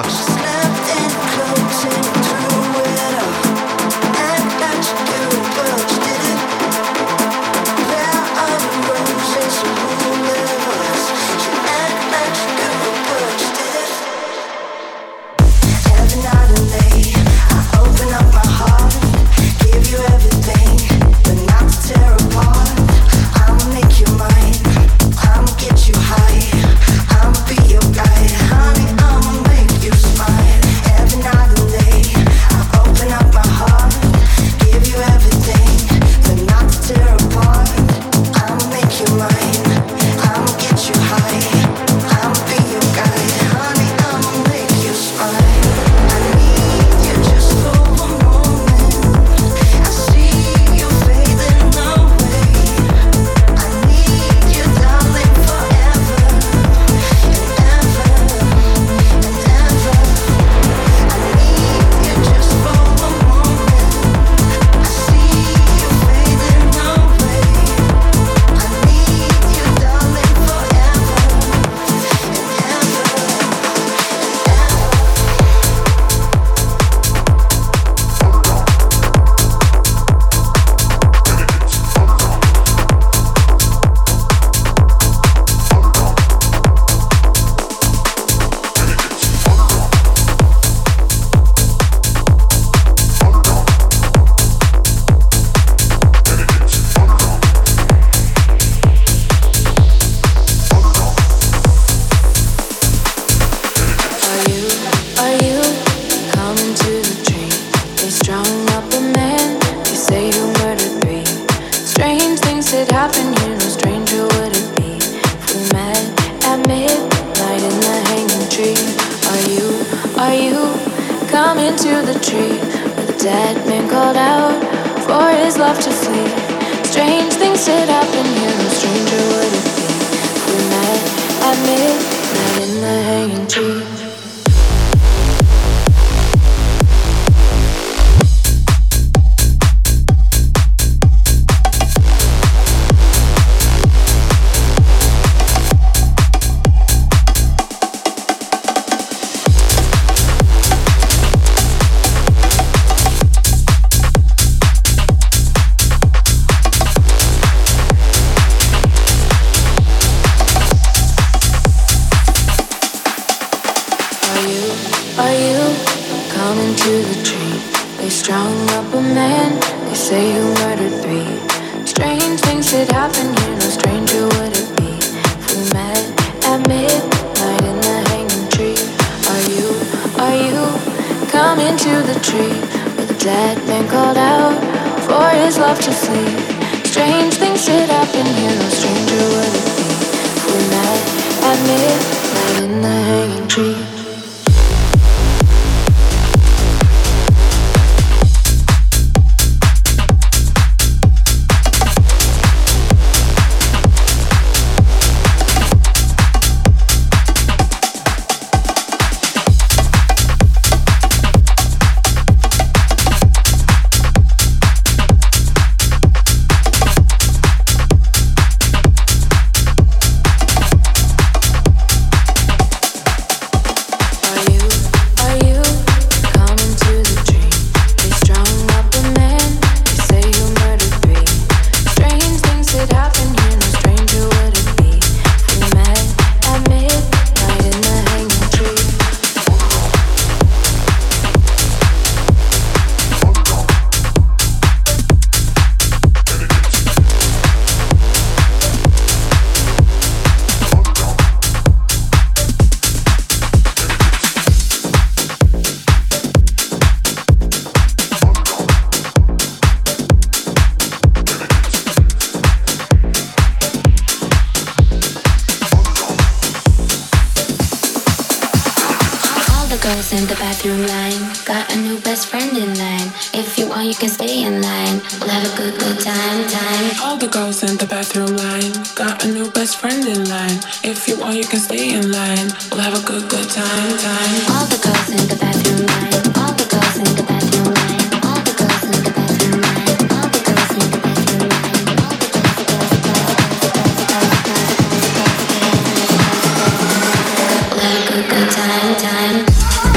in the bathroom line. Got a new best friend in line. If you want, you can stay in line. We'll have a good time. All the girls in the bathroom line. Got a new best friend in line. If you want, you can stay in line. We'll have a good time. All the girls in the bathroom line. All the girls in the bathroom line. All the girls in the bathroom line. All the girls in the bathroom line. We'll have a good time.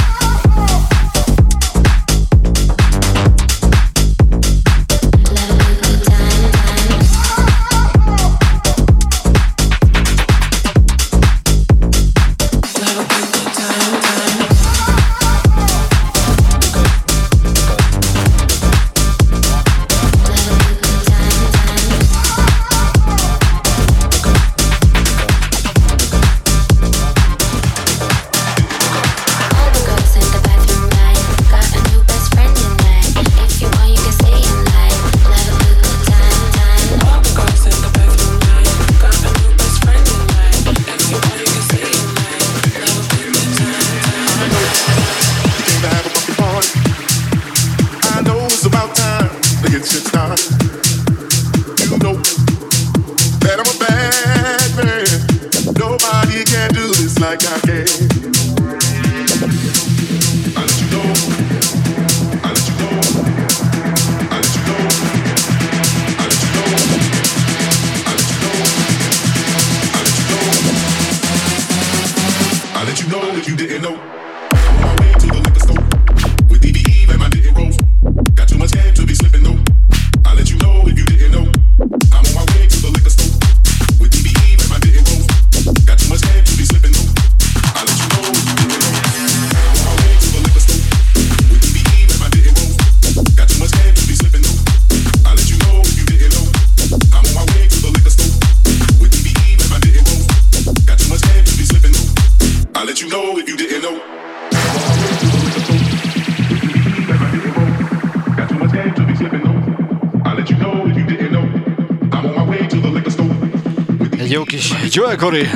Joel Corey.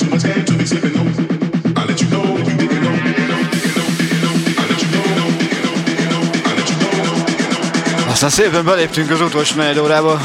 Aztán szépen beléptünk az utolsó negyed órába.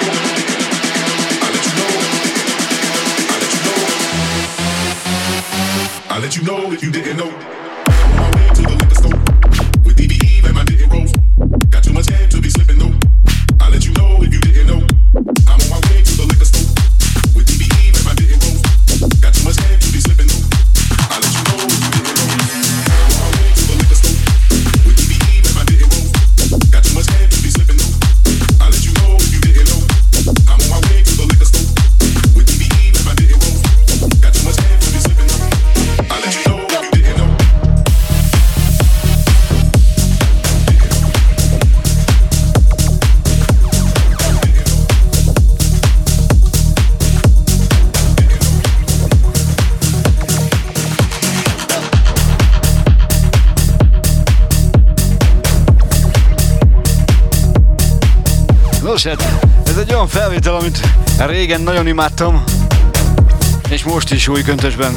Nos hát, ez egy olyan felvétel, amit régen nagyon imádtam, és most is új köntösben.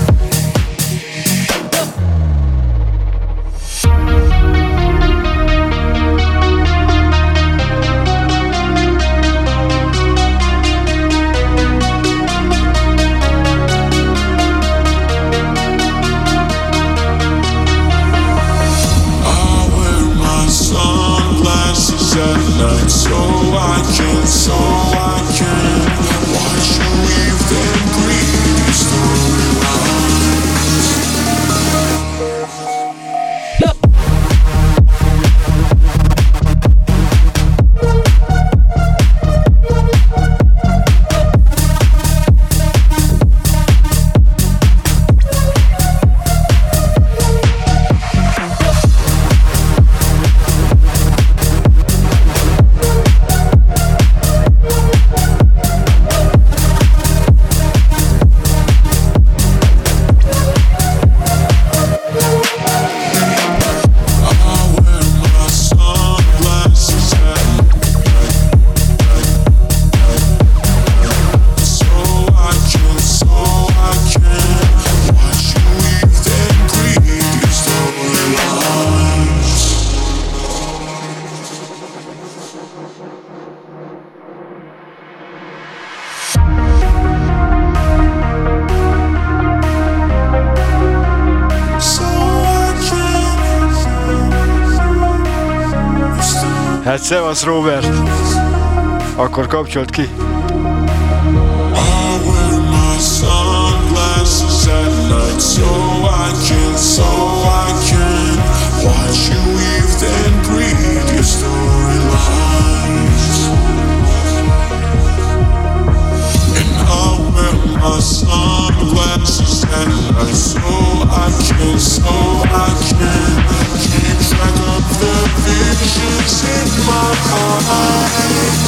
Hát szevasz, Robert. Akkor kapcsolt ki. Sunglasses at night so I can watch you weave and breathe your storylines. And I'll wear my sunglasses at night so I can keep track of the visions in my eyes.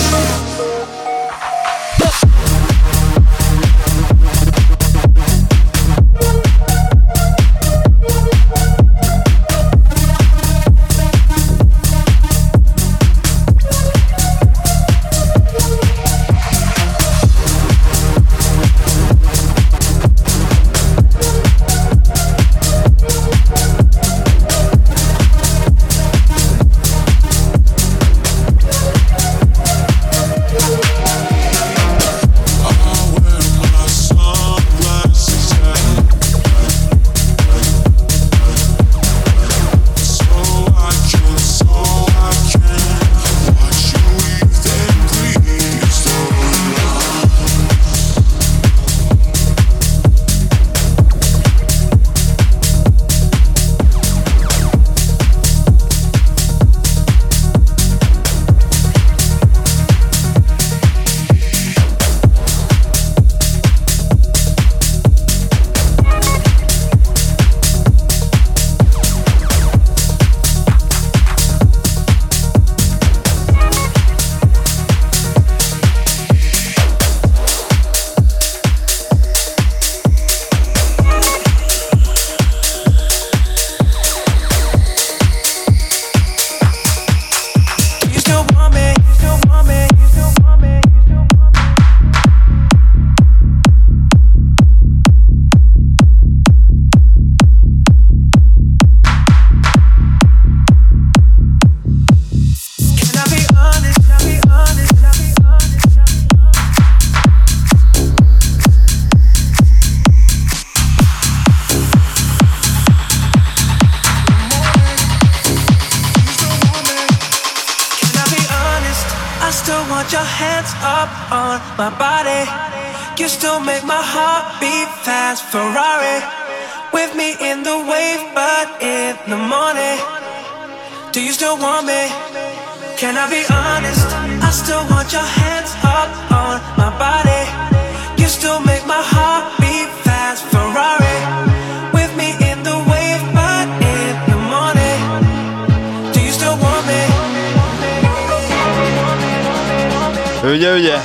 Ugye?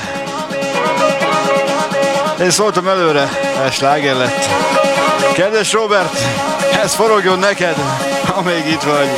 Én szóltam előre, ez sláger lett. Kedves Robert, ez forogjon neked, ha még itt vagy.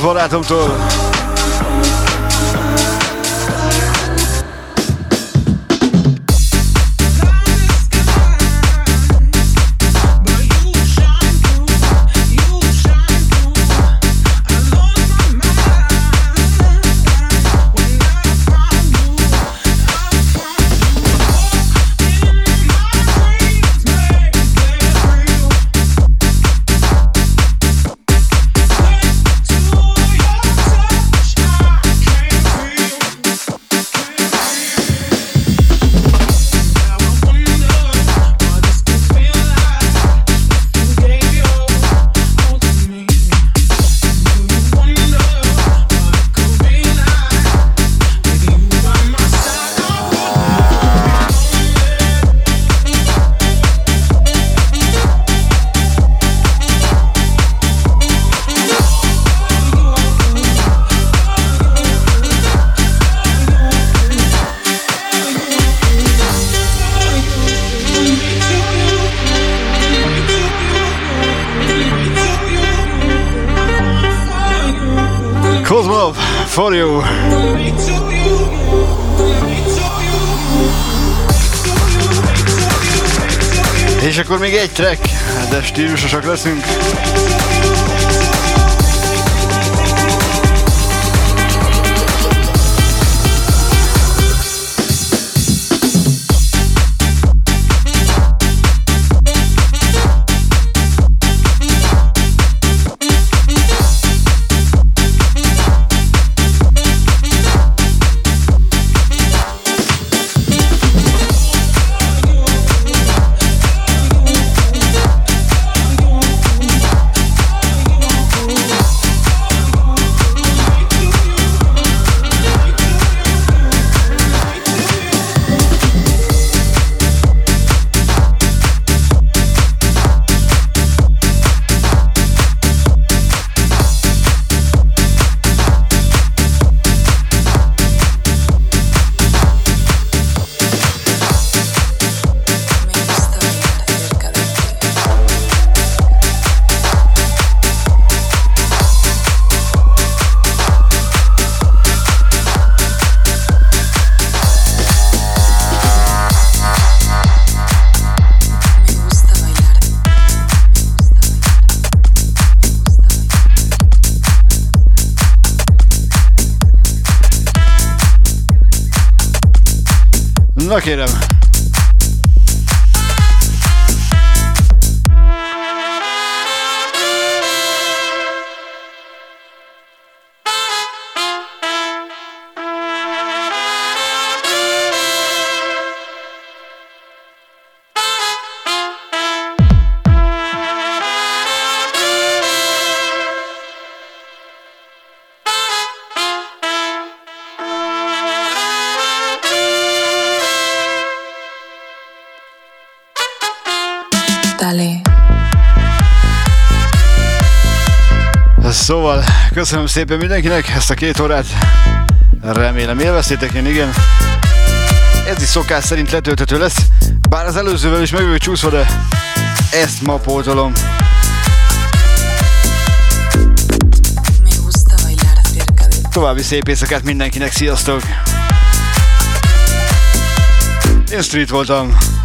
barátomtól. For you. És akkor még egy track, de stílusosak leszünk. Na kérem. Szóval, köszönöm szépen mindenkinek ezt a 2 órát. Remélem élveztétek, én igen. Ez is szokás szerint letölthető lesz, bár az előzővel is meg vagyok csúszva, de ezt ma pótolom. További szép éjszakát mindenkinek, sziasztok! Én Street voltam.